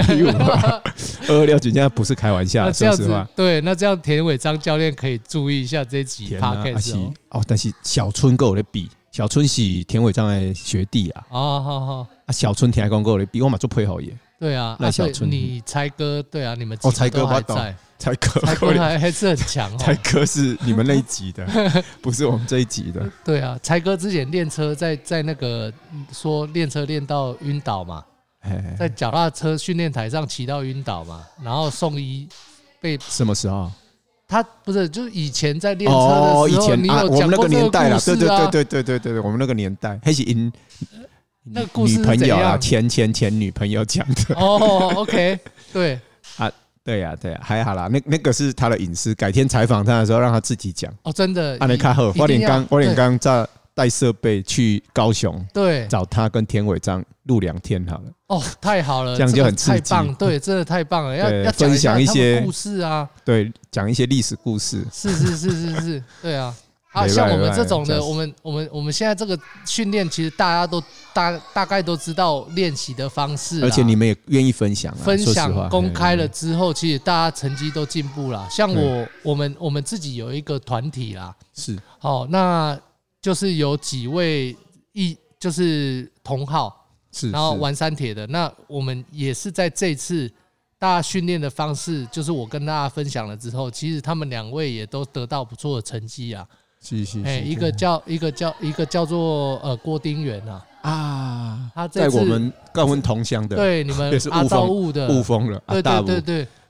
，515，226现在不是开玩笑，说实话。 对，那这样田伟章教练可以注意一下这集 podcast 哦。但是小春跟我的比。小春是田伟章的学弟啊， 好啊，小春听讲过的比我嘛做配合耶。 对啊， 那小春你才哥，对啊，你们才哥还在，才哥还是很强哦。 才哥是你们那一集的，不是我们这一集的。 对啊，才哥之前练车在那个说练车练到晕倒嘛，在脚踏车训练台上骑到晕倒嘛，然后送医被什么时候？ 他不是，就是以前在练车的时候， 以前你有讲过这个故事啊？ 对，我们那个年代，还是那个故事女朋友啊，前女朋友讲的。 OK， 对啊，对呀，还好啦，那个是他的隐私，改天采访他的时候让他自己讲。 真的。 安尼较好，我连刚在带设备去高雄， 对， 找他跟田伟章录2天好了。 太好了， 这样就很刺激， 太棒，对，真的太棒了，要分享一些故事啊， 对，讲一些历史故事， 是，对啊，像我们这种的，我们现在这个训练，其实大家都大概都知道练习的方式， 而且你们也愿意分享， 公开了之后，其实大家成绩都进步了。像我们自己有一个团体啦， 是， 那就是有几位就是同好。然后玩三铁的，那我们也是在这次大家训练的方式，就是我跟大家分享了之后，其实他们2位也都得到不错的成绩啊。 是， 一个叫做郭丁元啊，他在我们高温同乡的， 对，你们阿造雾的雾峰了， 对，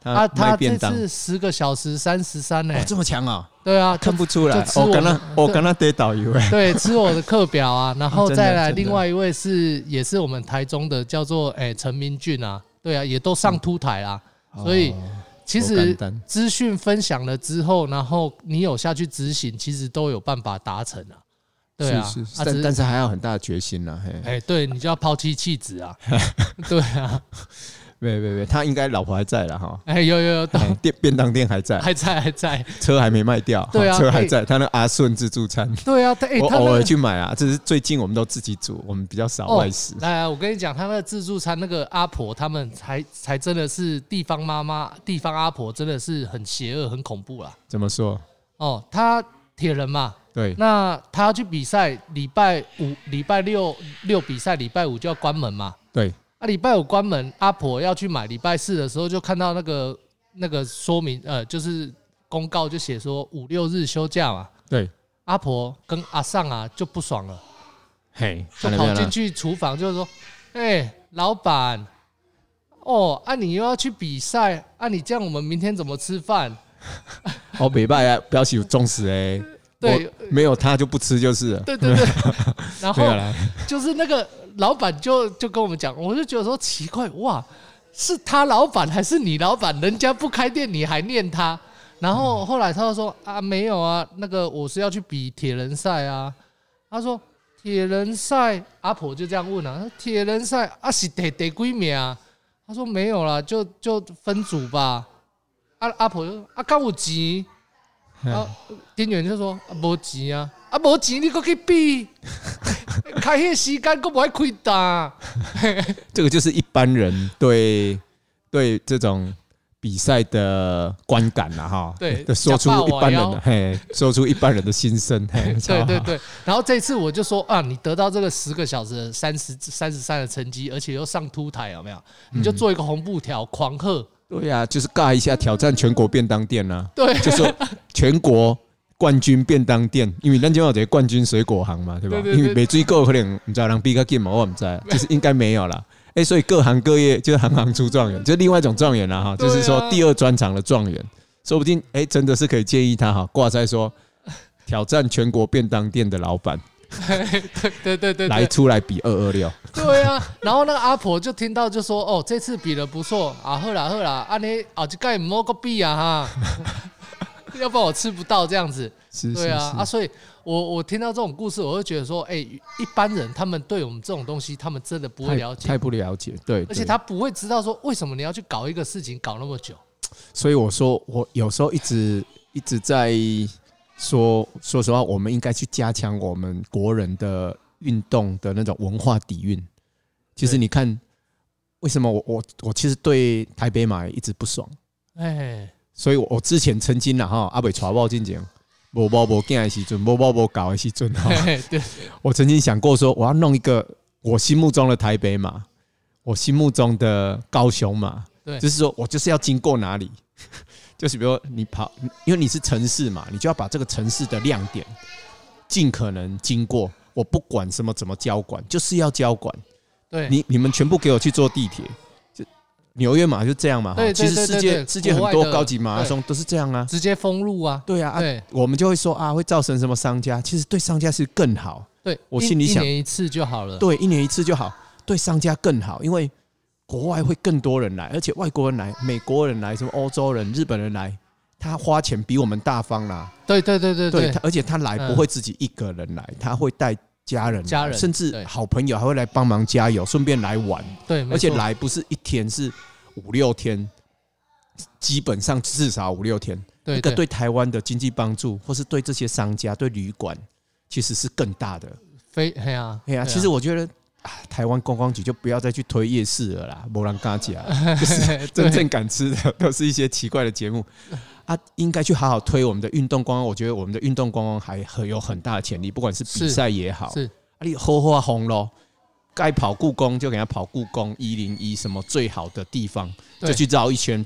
他卖这便当， 次10个小时33呢， 这么强啊！ 对啊， 看不出来，我跟他得导游对，吃我的课表啊，然后再来真的另外一位也是我们台中的，叫做陈明俊啊，对啊，也都上凸台啦，所以其实资讯分享了之后，然后你有下去执行，其实都有办法达成啊。对啊， 是但是还要很大的决心啦。 对，你就要抛弃弃子啊。对啊， 没，他应该老婆还在了哈。 有， 便当店还在，车还没卖掉， 对啊， 车还在。他那阿顺自助餐， 对啊， 我偶尔去买啊。这是最近我们都自己煮，我们比较少外食。 来，我跟你讲，他那个自助餐那个阿婆，他们才真的是地方妈妈、地方阿婆，真的是很邪恶、很恐怖啦。 怎么说？ 他铁人嘛。 对， 那他要去比赛，礼拜六比赛，礼拜5就要关门嘛。 对， 礼拜5关门，阿婆要去买，礼拜4的时候就看到那个说明，就是公告就写说5、6日休假嘛。 对， 阿婆跟阿尚啊就不爽了， 就跑进去厨房就说：“老板，你又要去比赛，你这样我们明天怎么吃饭？” 没办法，不要起重视对，没有他就不吃就是了。 对，然后就是那个老板就跟我们讲，我就觉得说奇怪，哇，是他老板还是你老板？人家不开店你还念他？然后后来他就说没有啊，那个我是要去比铁人赛啊。他说铁人赛，阿婆就这样问啊，铁人赛是第几名啊？他说没有啦，就分组吧。阿婆就说敢有钱？店员就说没钱啊，没钱你还去比，开那时间还不爱开打。 这个就是一般人对这种比赛的观感啦哈。 对， 说出一般人的说出一般人的心声。 对。然后这次我就说你得到这个10个小时的33的成绩，而且又上凸台，有没有？你就做一个红布条狂贺。 对呀，就是尬一下挑战全国便当店啊。 对， 就说全国冠军便当店，因为咱就有这个冠军水果行嘛，对吧？因为没追够可能不知道人比较紧嘛，我不知道，就是应该没有啦。所以各行各业就是行出状元，就是另外一种状元啦哈，就是说第2专长的状元，说不定真的是可以建议他挂在说挑战全国便当店的老板。 对， 来出来比226。 对啊，然后那个阿婆就听到就说这次比得不错啊，好啦，你后一届唔好再比啊哈，要不然我吃不到这样子。对啊，所以我听到这种故事，我会觉得说一般人他们对我们这种东西，他们真的不会了解， 太不了解。对， 而且他不会知道说为什么你要去搞一个事情搞那么久。 所以我说我有时候一直在说实话，我们应该去加强我们国人的运动的那种文化底蕴。其实你看，为什么我其实对台北马一直不爽？所以我之前曾经阿北传报进前，无囝的时阵，无搞的时阵我曾经想过说，我要弄一个我心目中的台北马，我心目中的高雄马，就是说我就是要经过哪里。就是比如说你跑，因为你是城市嘛，你就要把这个城市的亮点尽可能经过。我不管什么怎么交管，就是要交管。 对， 你们全部给我去坐地铁，就纽约马就这样嘛。其实世界很多高级马拉松都是这样啊， 直接封路啊。 对啊，我们就会说会造成什么商家？其实对商家是更好。 对， 我心里想 1年1次就好了。 对，1年1次就好，对商家更好，因为国外会更多人来，而且外国人来，美国人来，什么欧洲人、日本人来，他花钱比我们大方啦。 对， 而且他来不会自己一个人来，他会带家人，甚至好朋友还会来帮忙加油，顺便来玩。 对， 而且来不是1天，是5、6天，基本上至少5、6天。那个对台湾的经济帮助，或是对这些商家、对旅馆，其实是更大的。其实我觉得。台湾观光局就不要再去推夜市了啦，没人敢吃，就是真正敢吃的都是一些奇怪的节目应该去好好推我们的运动观光。我觉得我们的运动观光还有很大的潜力，不管是比赛也好，你好好红咯，该跑故宫就给他跑故宫，101什么最好的地方就去绕一圈，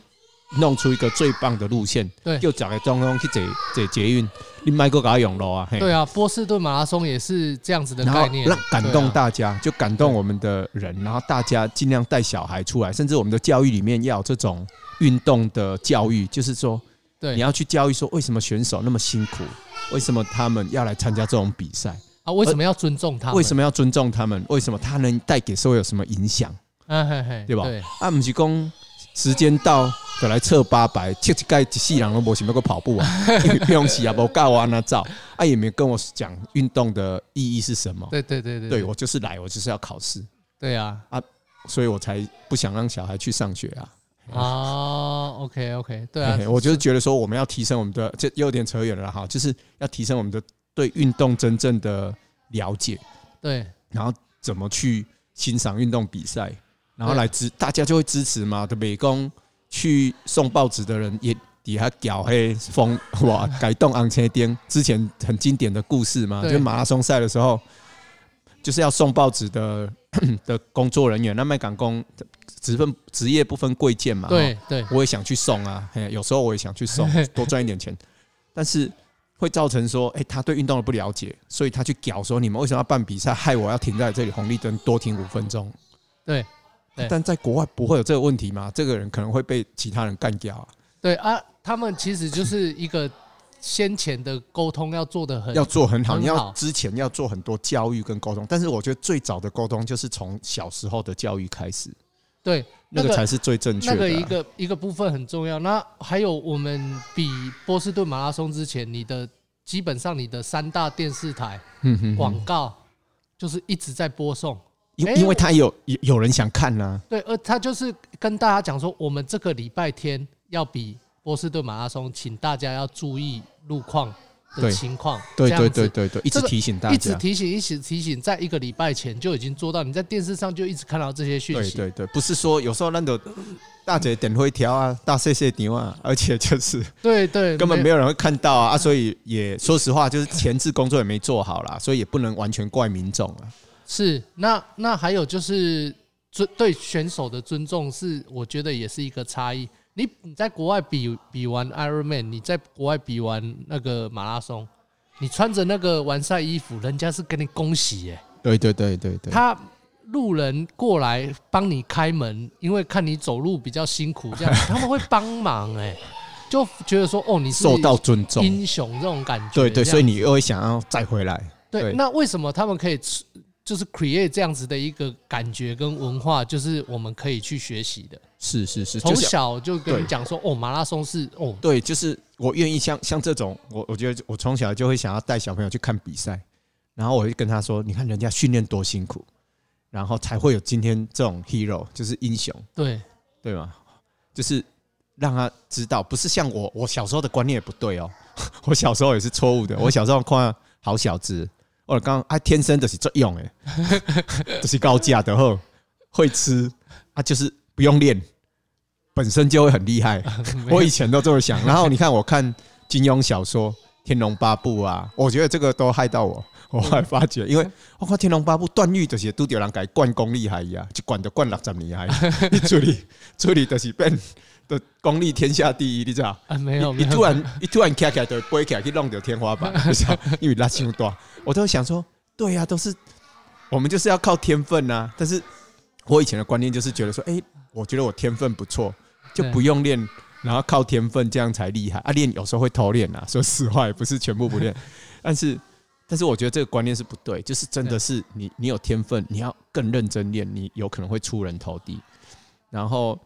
弄出一个最棒的路线， 对， 就找个中东去坐捷运，你买个给他用路啊。 对啊，波士顿马拉松也是这样子的概念， 让感动大家，就感动我们的人，然后大家尽量带小孩出来，甚至我们的教育里面要有这种运动的教育，就是说，你要去教育说为什么选手那么辛苦，为什么他们要来参加这种比赛啊？为什么要尊重他们？ 为什么要尊重他们？为什么他能带给社会有什么影响？对吧？啊，不是讲时间到就来测800，测一盖一世人都没想要去跑步啊，因为用时也没教我那照，啊也没跟我讲运动的意义是什么。对，我就是来，我就是要考试。 对啊， 所以我才不想让小孩去上学啊。 OK， 对啊， 我就是觉得说我们要提升我们的，这有点扯远了哈，就是要提升我们的对运动真正的了解， 对， 然后怎么去欣赏运动比赛。然后大家就会支持嘛。对，美工去送报纸的人也底下搞黑风哇，改动昂车钉，之前很经典的故事嘛，就马拉松赛的时候，就是要送报纸的工作人员，那麦港工职业不分贵贱嘛。 对， 我也想去送啊，有时候我也想去送，多赚一点钱，但是会造成说，他对运动的不了解，所以他去搞说你们为什么要办比赛，害我要停在这里红绿灯多停5分钟。 对。 但在国外不会有这个问题嘛？这个人可能会被其他人干掉啊。 对啊，他们其实就是一个先前的沟通要做很好， 你要之前要做很多教育跟沟通。但是我觉得最早的沟通就是从小时候的教育开始。 对， 那个才是最正确的。 那个一个部分很重要。那还有我们比波士顿马拉松之前，基本上你的3大电视台广告就是一直在播送。因为他有人想看啊。 对，他就是跟大家讲说，我们这个礼拜天要比波士顿马拉松，请大家要注意路况的情况。 对，一直提醒大家， 一直提醒，在1个礼拜前就已经做到。你在电视上就一直看到这些讯息。 对，不是说有时候那种大姐点会条啊，大细细条啊，而且就是对， 根本没有人会看到啊，所以也说实话，就是前置工作也没做好啦，所以也不能完全怪民众啊。 是，那还有就是对选手的尊重，是我觉得也是一个差异。你在国外比完 Ironman， 你在国外比完那个马拉松，你穿着那个完赛衣服，人家是跟你恭喜耶。 对， 他路人过来帮你开门，因为看你走路比较辛苦，这样他们会帮忙哎，就觉得说你是受到尊重英雄这种感觉。 对，所以你又会想要再回来。 对，那为什么他们可以？就是 create 这样子的一个感觉跟文化，就是我们可以去学习的。 是， 从小就跟你讲说，马拉松是对，就是我愿意像这种，我觉得我从小就会想要带小朋友去看比赛，然后我会跟他说，你看人家训练多辛苦，然后才会有今天这种 hero， 就是英雄，对吗？就是让他知道，不是像我小时候的观念也不对哦，我小时候也是错误的，我小时候看好小子。我刚天生就是作用诶，就是高价的后会吃就是不用练，本身就会很厉害。我以前都这么想。然后你看，我看金庸小说《天龙八部》啊，我觉得这个都害到我。我后来发觉，因为我看《天龙八部》段誉就是都有人改灌功厉害呀，一灌就灌60年害，你处理就是变。的功力天下第一，你知道？ 没有， 你突然起来就飞起来去弄到天花板，你知道？因为拉太大，我都想说，对呀，都是我们就是要靠天分啊。但是我以前的观念就是觉得说，我觉得我天分不错，就不用练，然后靠天分这样才厉害啊。练有时候会偷练啊，说实话也不是全部不练，但是我觉得这个观念是不对，就是真的是你有天分，你要更认真练，你有可能会出人头地，然后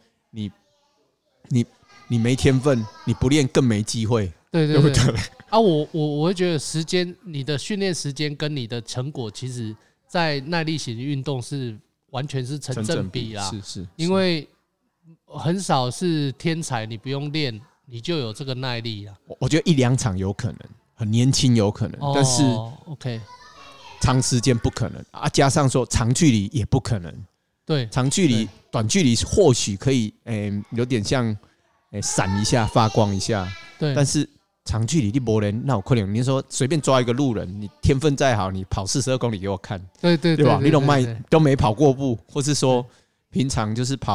你没天分，你不练更没机会，对不对？ 我会觉得时间，你的训练时间跟你的成果，其实在耐力型运动是完全是成正比啦。 是， 因为很少是天才，你不用练，你就有这个耐力啦。 我觉得1-2场有可能，很年轻有可能，但是 OK， 长时间不可能啊，加上说长距离也不可能。 对， 长距离、短距离或许可以，有点像，闪一下、发光一下。 对， 但是长距离你没人，那有可能你说随便抓一个路人，你天分再好，你跑42公里给我看， 对吧？你都没跑过步，或是说平常就是跑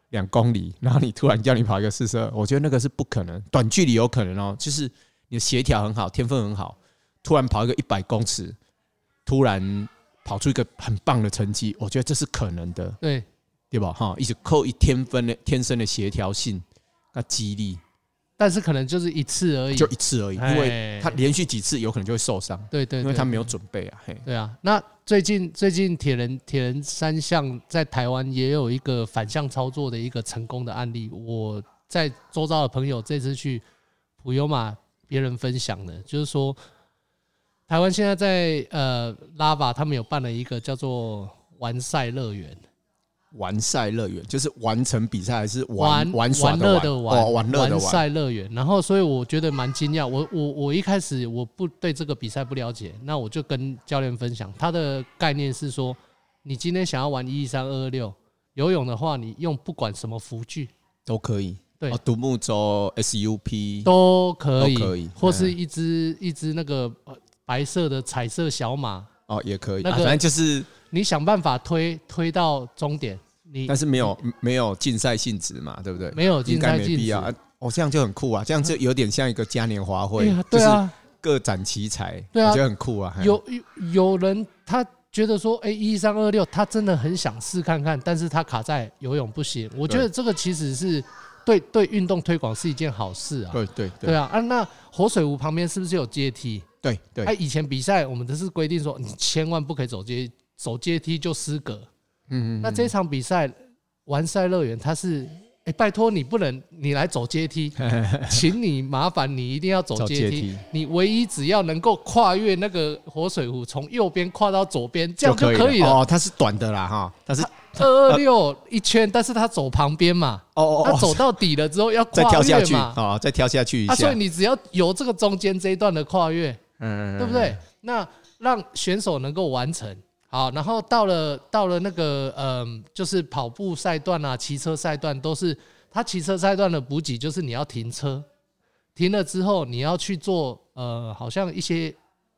2公里，然后你突然叫你跑一个42，我觉得那个是不可能。短距离有可能哦，就是你的协调很好，天分很好，突然跑一个100公尺，突然跑出一个很棒的成绩，我觉得这是可能的，对吧？哈，一直扣天生的协调性、那肌力。 但是可能就是一次而已， 就一次而已，因为他连续几次有可能就会受伤， 对， 因为他没有准备啊。 对啊，那最近铁人3项在台湾也有一个反向操作的一个成功的案例，我在周遭的朋友这次去普悠玛别人分享的，就是说台湾现在在Lava 他们有办了一个叫做完赛乐园。 完赛乐园就是完成比赛还是玩耍乐的玩？ 玩乐的玩赛乐园。然后，所以我觉得蛮惊讶。我一开始我不对这个比赛不了解，那我就跟教练分享，他的概念是说，你今天想要玩113-226游泳的话，你用不管什么浮具都可以， 对， 独木舟、SUP 都可以，或是一只那个白色的彩色小马也可以， 那个反正就是你想办法推到终点。 但是没有竞赛性质嘛，对不对？ 没有竞赛性质啊！这样就很酷啊！这样就有点像一个嘉年华会，就是各展奇才，我觉得很酷啊。 有人他觉得说，113-226，他真的很想试看看，但是他卡在游泳不行。我觉得这个其实是对运动推广是一件好事啊。对啊！那活水湖旁边是不是有阶梯？对。以前比赛我们都是规定说，你千万不可以走阶梯就失格。那这场比赛完赛乐园，它是拜托你不能你来走阶梯，请你麻烦你一定要走阶梯。你唯一只要能够跨越那个活水湖，从右边跨到左边，这样就可以了。 它是短的啦哈，它是 226一圈，但是它走旁边嘛。它走到底了之后要跨越嘛， 再跳下去一下。 所以你只要有这个中间这一段的跨越，对不对？那让选手能够完成。好，然后到了那个就是跑步赛段啊，骑车赛段都是他骑车赛段的补给，就是你要停车，停了之后你要去做好像一些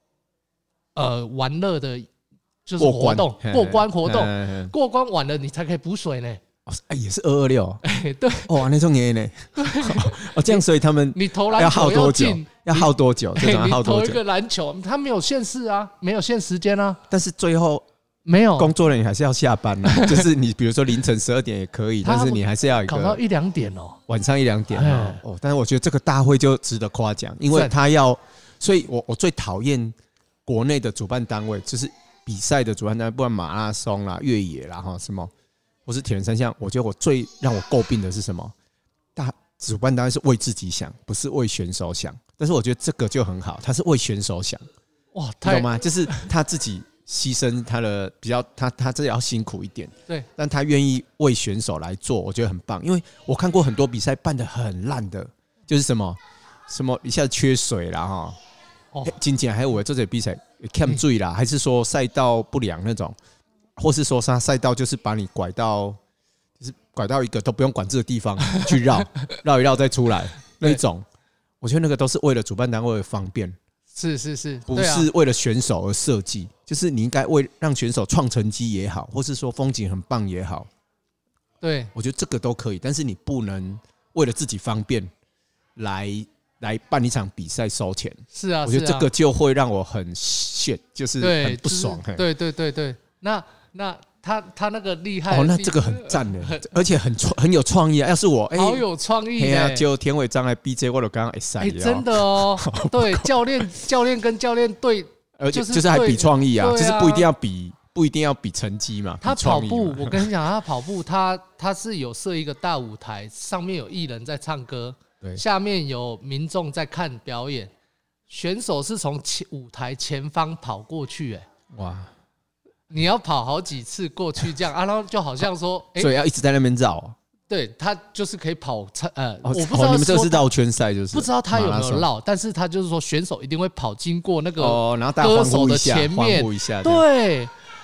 玩乐的，就是活动过关活动，过关完了你才可以补水呢。 也是226， 对， 那种也呢，这样所以他们你投篮球要耗多久？这种要耗多久？ 你投一个篮球，他没有限时啊，没有限时间啊。 但是最后没有工作人员还是要下班啊，就是你比如说凌晨12点也可以，但是你还是要考到1-2点哦， 晚上1-2点但是我觉得这个大会就值得夸奖，因为他要，所以我最讨厌国内的主办单位，就是比赛的主办单位，不管马拉松啦、越野啦什么。或是铁人3项，我觉得我最让我诟病的是什么？主办单位是为自己想，不是为选手想。但是我觉得这个就很好，他是为选手想，哇，懂吗？就是他自己牺牲他的比较，他这要辛苦一点， 对， 但他愿意为选手来做，我觉得很棒。因为我看过很多比赛办得很烂的，就是什么一下子缺水啦真正还有这些比赛欠水啦，还是说赛道不良那种。或是说他赛道就是把你拐到一个都不用管制的地方去绕一绕再出来那一种，我觉得那个都是为了主办单位的方便， 是， 不是为了选手而设计，就是你应该为让选手创成绩也好，或是说风景很棒也好， 对，我觉得这个都可以，但是你不能为了自己方便来办一场比赛收钱， 是啊， 我觉得这个就会让我很shit，就是很不爽， 对，那他那个厉害那这个很赞的，而且很有创意啊！要是我好有创意的， 就田伟章来 BJ， 我都刚刚赛真的哦，对，教练跟教练对， 而且就是还比创意啊，就是不一定要比成绩嘛。 他跑步，我跟你讲，他跑步，他是有设一个大舞台，上面有艺人在唱歌，下面有民众在看表演，选手是从舞台前方跑过去，哇！你要跑好几次过去，这样然后就好像说， 所以要一直在那边绕。 对，他就是可以跑，我不知道你们这个是绕圈赛，就是不知道他有没有绕，但是他就是说选手一定会跑经过那个然后大家歌手的前面， 欢呼一下， 对，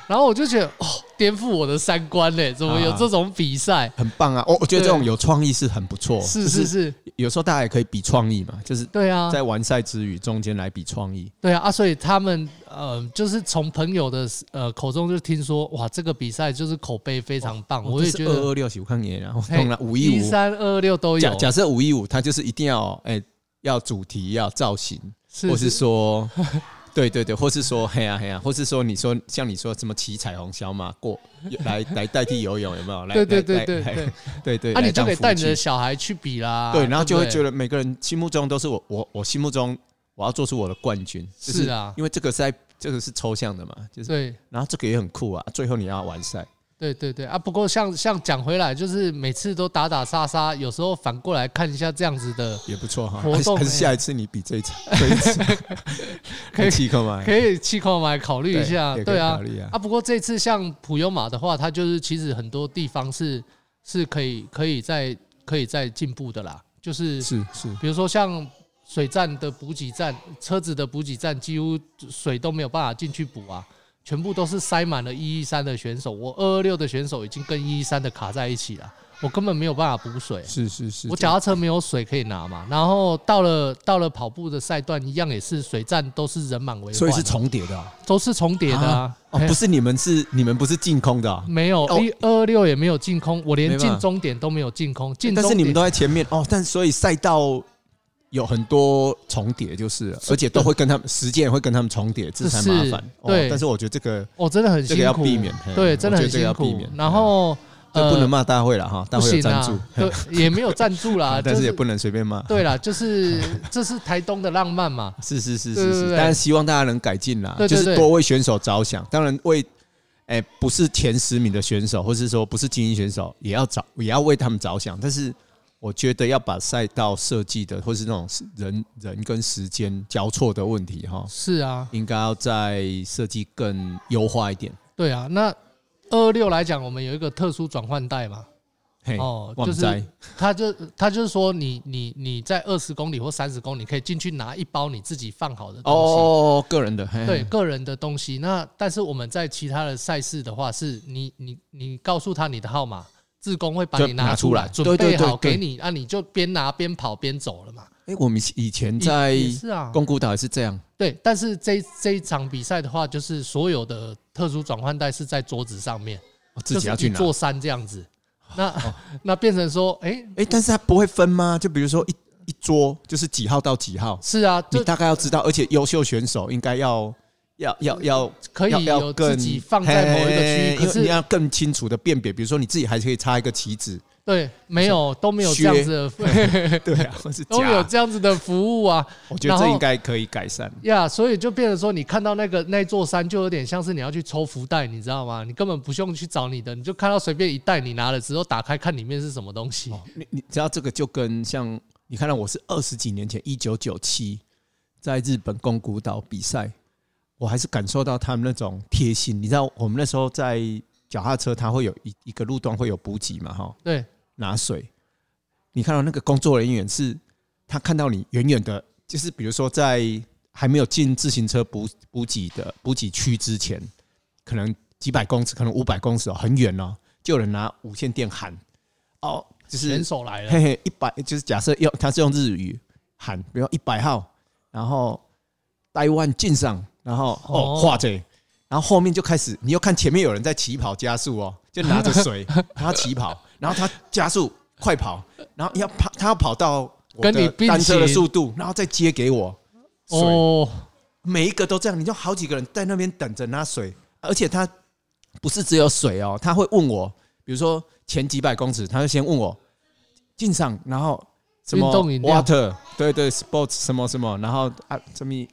然后我就觉得颠覆我的三观嘞，怎么有这种比赛？ 很棒啊！我觉得这种有创意是很不错， 是， 有时候大家也可以比创意嘛，就是对啊， 在完赛之余中间来比创意。 对啊，所以他们就是从朋友的口中就听说，哇，这个比赛就是口碑非常棒，我也觉得 226喜欢你，然后弄了515、 13、226都有。 假设515，它就是一定要主题要造型，或是说。对，或是说嘿呀，或是说像你说什么骑彩虹小马过来代替游泳有没有？对， 啊，你就可以带你的小孩去比啦。 对，然后就会觉得每个人心目中都是我心目中我要做出我的冠军。 是啊， 因为这个是抽象的嘛，就是对， 然后这个也很酷啊，最后你要完赛。 对啊，不过像讲回来，就是每次都打打杀杀，有时候反过来看一下这样子的也不错哈。 活动还是下一次你比这一次可以气扣买， 可以气扣买考虑一下，对啊。不过这次像普悠玛的话，它就是其实很多地方是可以再进步的啦，就是比如说像水站的补给站、车子的补给站，几乎水都没有办法进去补啊。全部都是塞满了113的选手，我226的选手已经跟113的卡在一起了，我根本没有办法补水。 是， 我脚踏车没有水可以拿嘛。然后到了跑步的赛段，一样也是水站都是人满为患， 所以是重叠的， 都是重叠的啊。 不是你们不是净空的， 没有226也没有净空，我连进终点都没有净空。 但是你们都在前面但所以赛道。有很多重叠就是了，而且都会跟他们时间也会跟他们重叠，这才麻烦。 对， 但是我觉得这个真的很辛苦， 这个要避免。 对，真的很辛苦。然后不能骂大会了哈，大会有赞助， 对，也没有赞助啦， 但是也不能随便骂。 对啦，就是这是台东的浪漫嘛。 是，当然希望大家能改进啦，就是多为选手着想。当然为不是前10名的选手，或是说不是精英选手，也要为他们着想，但是。我觉得要把赛道设计的，或是那种人跟时间交错的问题， 是啊， 应该要再设计更优化一点。 对啊，那226来讲，我们有一个特殊转换带嘛，就是他就是说你在20公里或30公里可以进去拿一包你自己放好的东西， 个人的， 对，个人的东西。那但是我们在其他的赛事的话，是你告诉他你的号码。志工会把你拿出来，准备好给你，你就边拿边跑边走了嘛。 我们以前在宫古岛也是这样。 对，但是这一场比赛的话，就是所有的特殊转换带是在桌子上面， 自己要去拿， 就是一座山这样子。那变成说， 但是它不会分吗？就比如说一桌就是几号到几号？ 是啊， 你大概要知道，而且优秀选手应该要可以有自己放在某一个区域，可是你要更清楚的辨别，比如说你自己还可以插一个旗子， 对，都没有这样子的， 对啊，或是都没有这样子的服务啊。 我觉得这应该可以改善呀，所以就变成说，你看到那座山，就有点像是你要去抽福袋，你知道吗？你根本不用去找你的，你就看到随便一袋，你拿了之后打开看里面是什么东西。 你知道这个就跟像你看到我是20几年前1997在日本宫古岛比赛。我还是感受到他们那种贴心，你知道，我们那时候在脚踏车，它会有一个路段会有补给嘛， 对， 拿水。你看到那个工作人员是，他看到你远远的，就是比如说在还没有进自行车补给区之前，可能几百公尺，可能500公尺很远就有人拿无线电喊，就是选手来了， 嘿嘿，100，就是假设他是用日语喊，比如100号，然后台湾进上。然后画这，然后后面就开始，你又看前面有人在起跑加速就拿着水，他起跑，然后他加速快跑，然后他要跑到我的单车的速度，然后再接给我水。每一个都这样，你就好几个人在那边等着拿水，而且他不是只有水他会问我，比如说前几百公尺，他就先问我进上，然后什么 water， 对 sports 什么什么，然后什么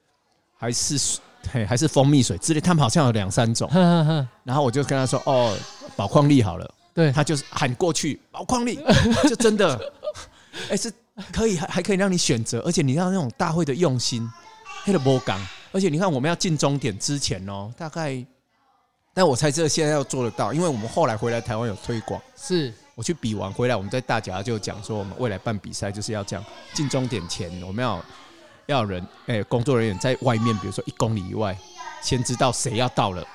还是蜂蜜水之类，他们好像有2-3种。然后我就跟他说：“宝矿力好了。”对，他就是喊过去宝矿力，就真的，是可以还可以让你选择，而且你看那种大会的用心，黑的波港，而且你看我们要进终点之前大概，但我猜这现在要做得到，因为我们后来回来台湾有推广， 是我去比完回来，我们在大甲就讲说，我们未来办比赛就是要这样，进终点前我们要有人工作人员在外面，比如说1公里以外，先知道谁要到了，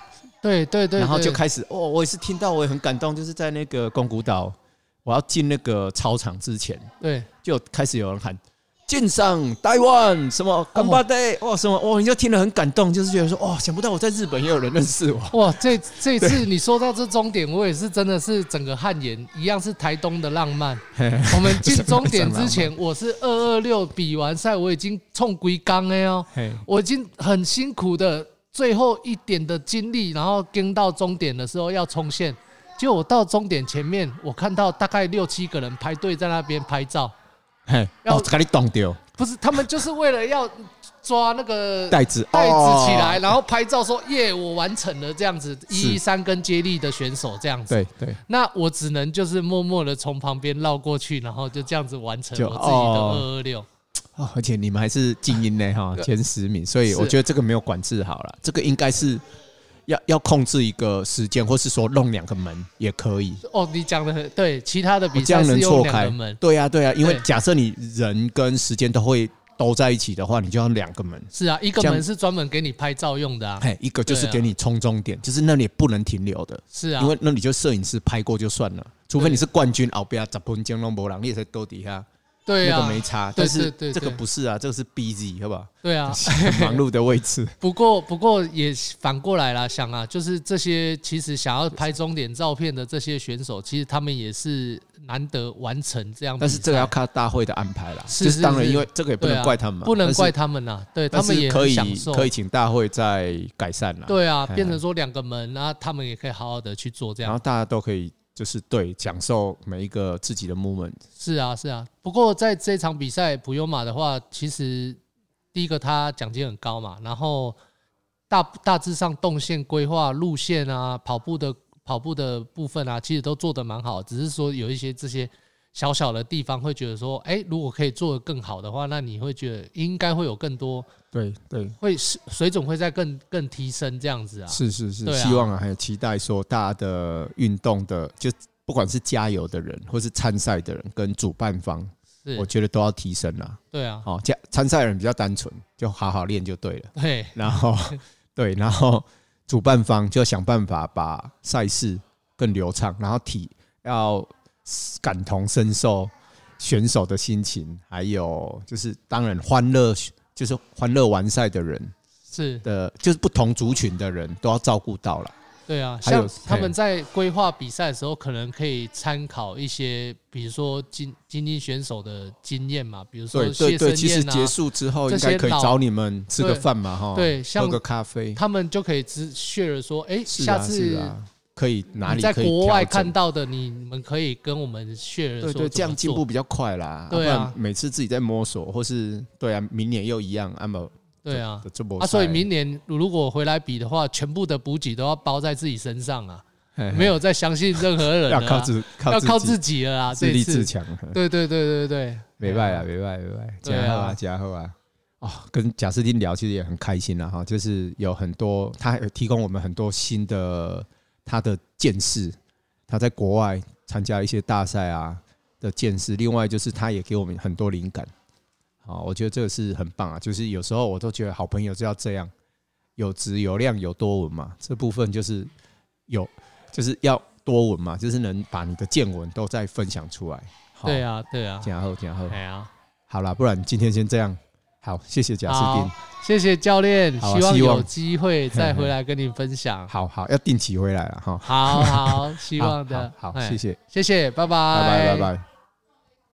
对对对， 然后就开始我也是听到，我也很感动，就是在那个宫古岛，我要进那个操场之前， 对， 就开始有人喊敬上台湾什么干巴的什么你就听了很感动，就是觉得说想不到我在日本也有人认识我。 哇，这次你说到这终点，我也是真的是整个汗颜，一样是台东的浪漫。我们进终点之前，我是226比完赛，我已经冲归缸了哦，我已经很辛苦的最后一点的精力，然后跟到终点的时候要冲线，结果我到终点前面，我看到大概6、7个人排队在那边拍照。 要给你冻掉， 不是他们就是为了要抓那个袋子起来，然后拍照说耶，我完成了这样子113跟接力的选手这样子。 对， 那我只能就是默默的从旁边绕过去，然后就这样子完成我自己的226。 而且你们还是精英呢哈，前10名，所以我觉得这个没有管制好了，这个应该是。要控制一个时间，或是说弄2个门也可以。 你讲的很对，其他的比赛是用2个门。 对啊，因为假设你人跟时间都在一起的话，你就要2个门。 是啊，一个门是专门给你拍照用的啊， 一个就是给你冲终点，就是那里不能停留的。 是啊， 因为那里就摄影师拍过就算了，除非你是冠军，后边10分钟都没人，你也在兜底下。 对啊， 那个没差，但是这个不是啊，这个是 busy， 好不好？ 对啊， 很忙碌的位置。 不过也反过来啦，想啊，就是这些其实想要拍终点照片的这些选手，其实他们也是难得完成这样。 但是这个要看大会的安排啦，就是当然，因为这个也不能怪他们嘛， 不能怪他们啦，对他们也很享受， 可以请大会再改善啦。 对啊，变成说2个门，然后他们也可以好好的去做这样， 然后大家都可以。就是对，享受每一个自己的 moment。 是啊，是啊。不过在这场比赛普悠玛的话，其实第一个它奖金很高嘛，然后大致上动线规划、路线啊、跑步的部分啊，其实都做得蛮好。只是说有一些这些小小的地方，会觉得说，如果可以做得更好的话，那你会觉得应该会有更多。对，会水准会再更提升这样子啊， 是， 啊、 希望还有期待说大家的运动的，就不管是加油的人，或是参赛的人，跟主办方，我觉得都要提升啦。 对啊， 参赛人比较单纯，就好好练就对了。 对， 然后主办方就想办法把赛事更流畅，然后要感同身受选手的心情，还有就是当然就是欢乐完赛的人就是不同族群的人都要照顾到了。 对啊，像他们在规划比赛的时候，可能可以参考一些，比如说精英选手的经验嘛，比如说谢生宴啊， 其实结束之后应该可以找你们吃个饭嘛，哈， 对， 喝个咖啡， 他们就可以share说，下次可以哪里在国外看到的，你们可以跟我们 share 说， 对，这样进步比较快啦。 对啊， 每次自己在摸索，或是对啊，明年又一样， 对啊，所以明年如果回来比的话，全部的补给都要包在自己身上啊，没有再相信任何人了，要靠自己了啊， 自立自强。 对， 没败，加厚啊！跟贾斯汀聊其实也很开心啦哈，就是有很多他有提供我们很多新的他的见识，他在国外参加一些大赛啊的见识，另外就是他也给我们很多灵感。我觉得这个是很棒啊！就是有时候我都觉得好朋友是要这样，有质有量有多闻嘛。这部分就是就是要多闻嘛，就是能把你的见闻都再分享出来。 对啊， 加厚。好啦，不然今天先这样。好，谢谢贾斯汀， 谢谢教练，希望有机会再回来跟你分享。 好，要定期回来了哈。 好，希望的。 好，谢谢， 拜拜。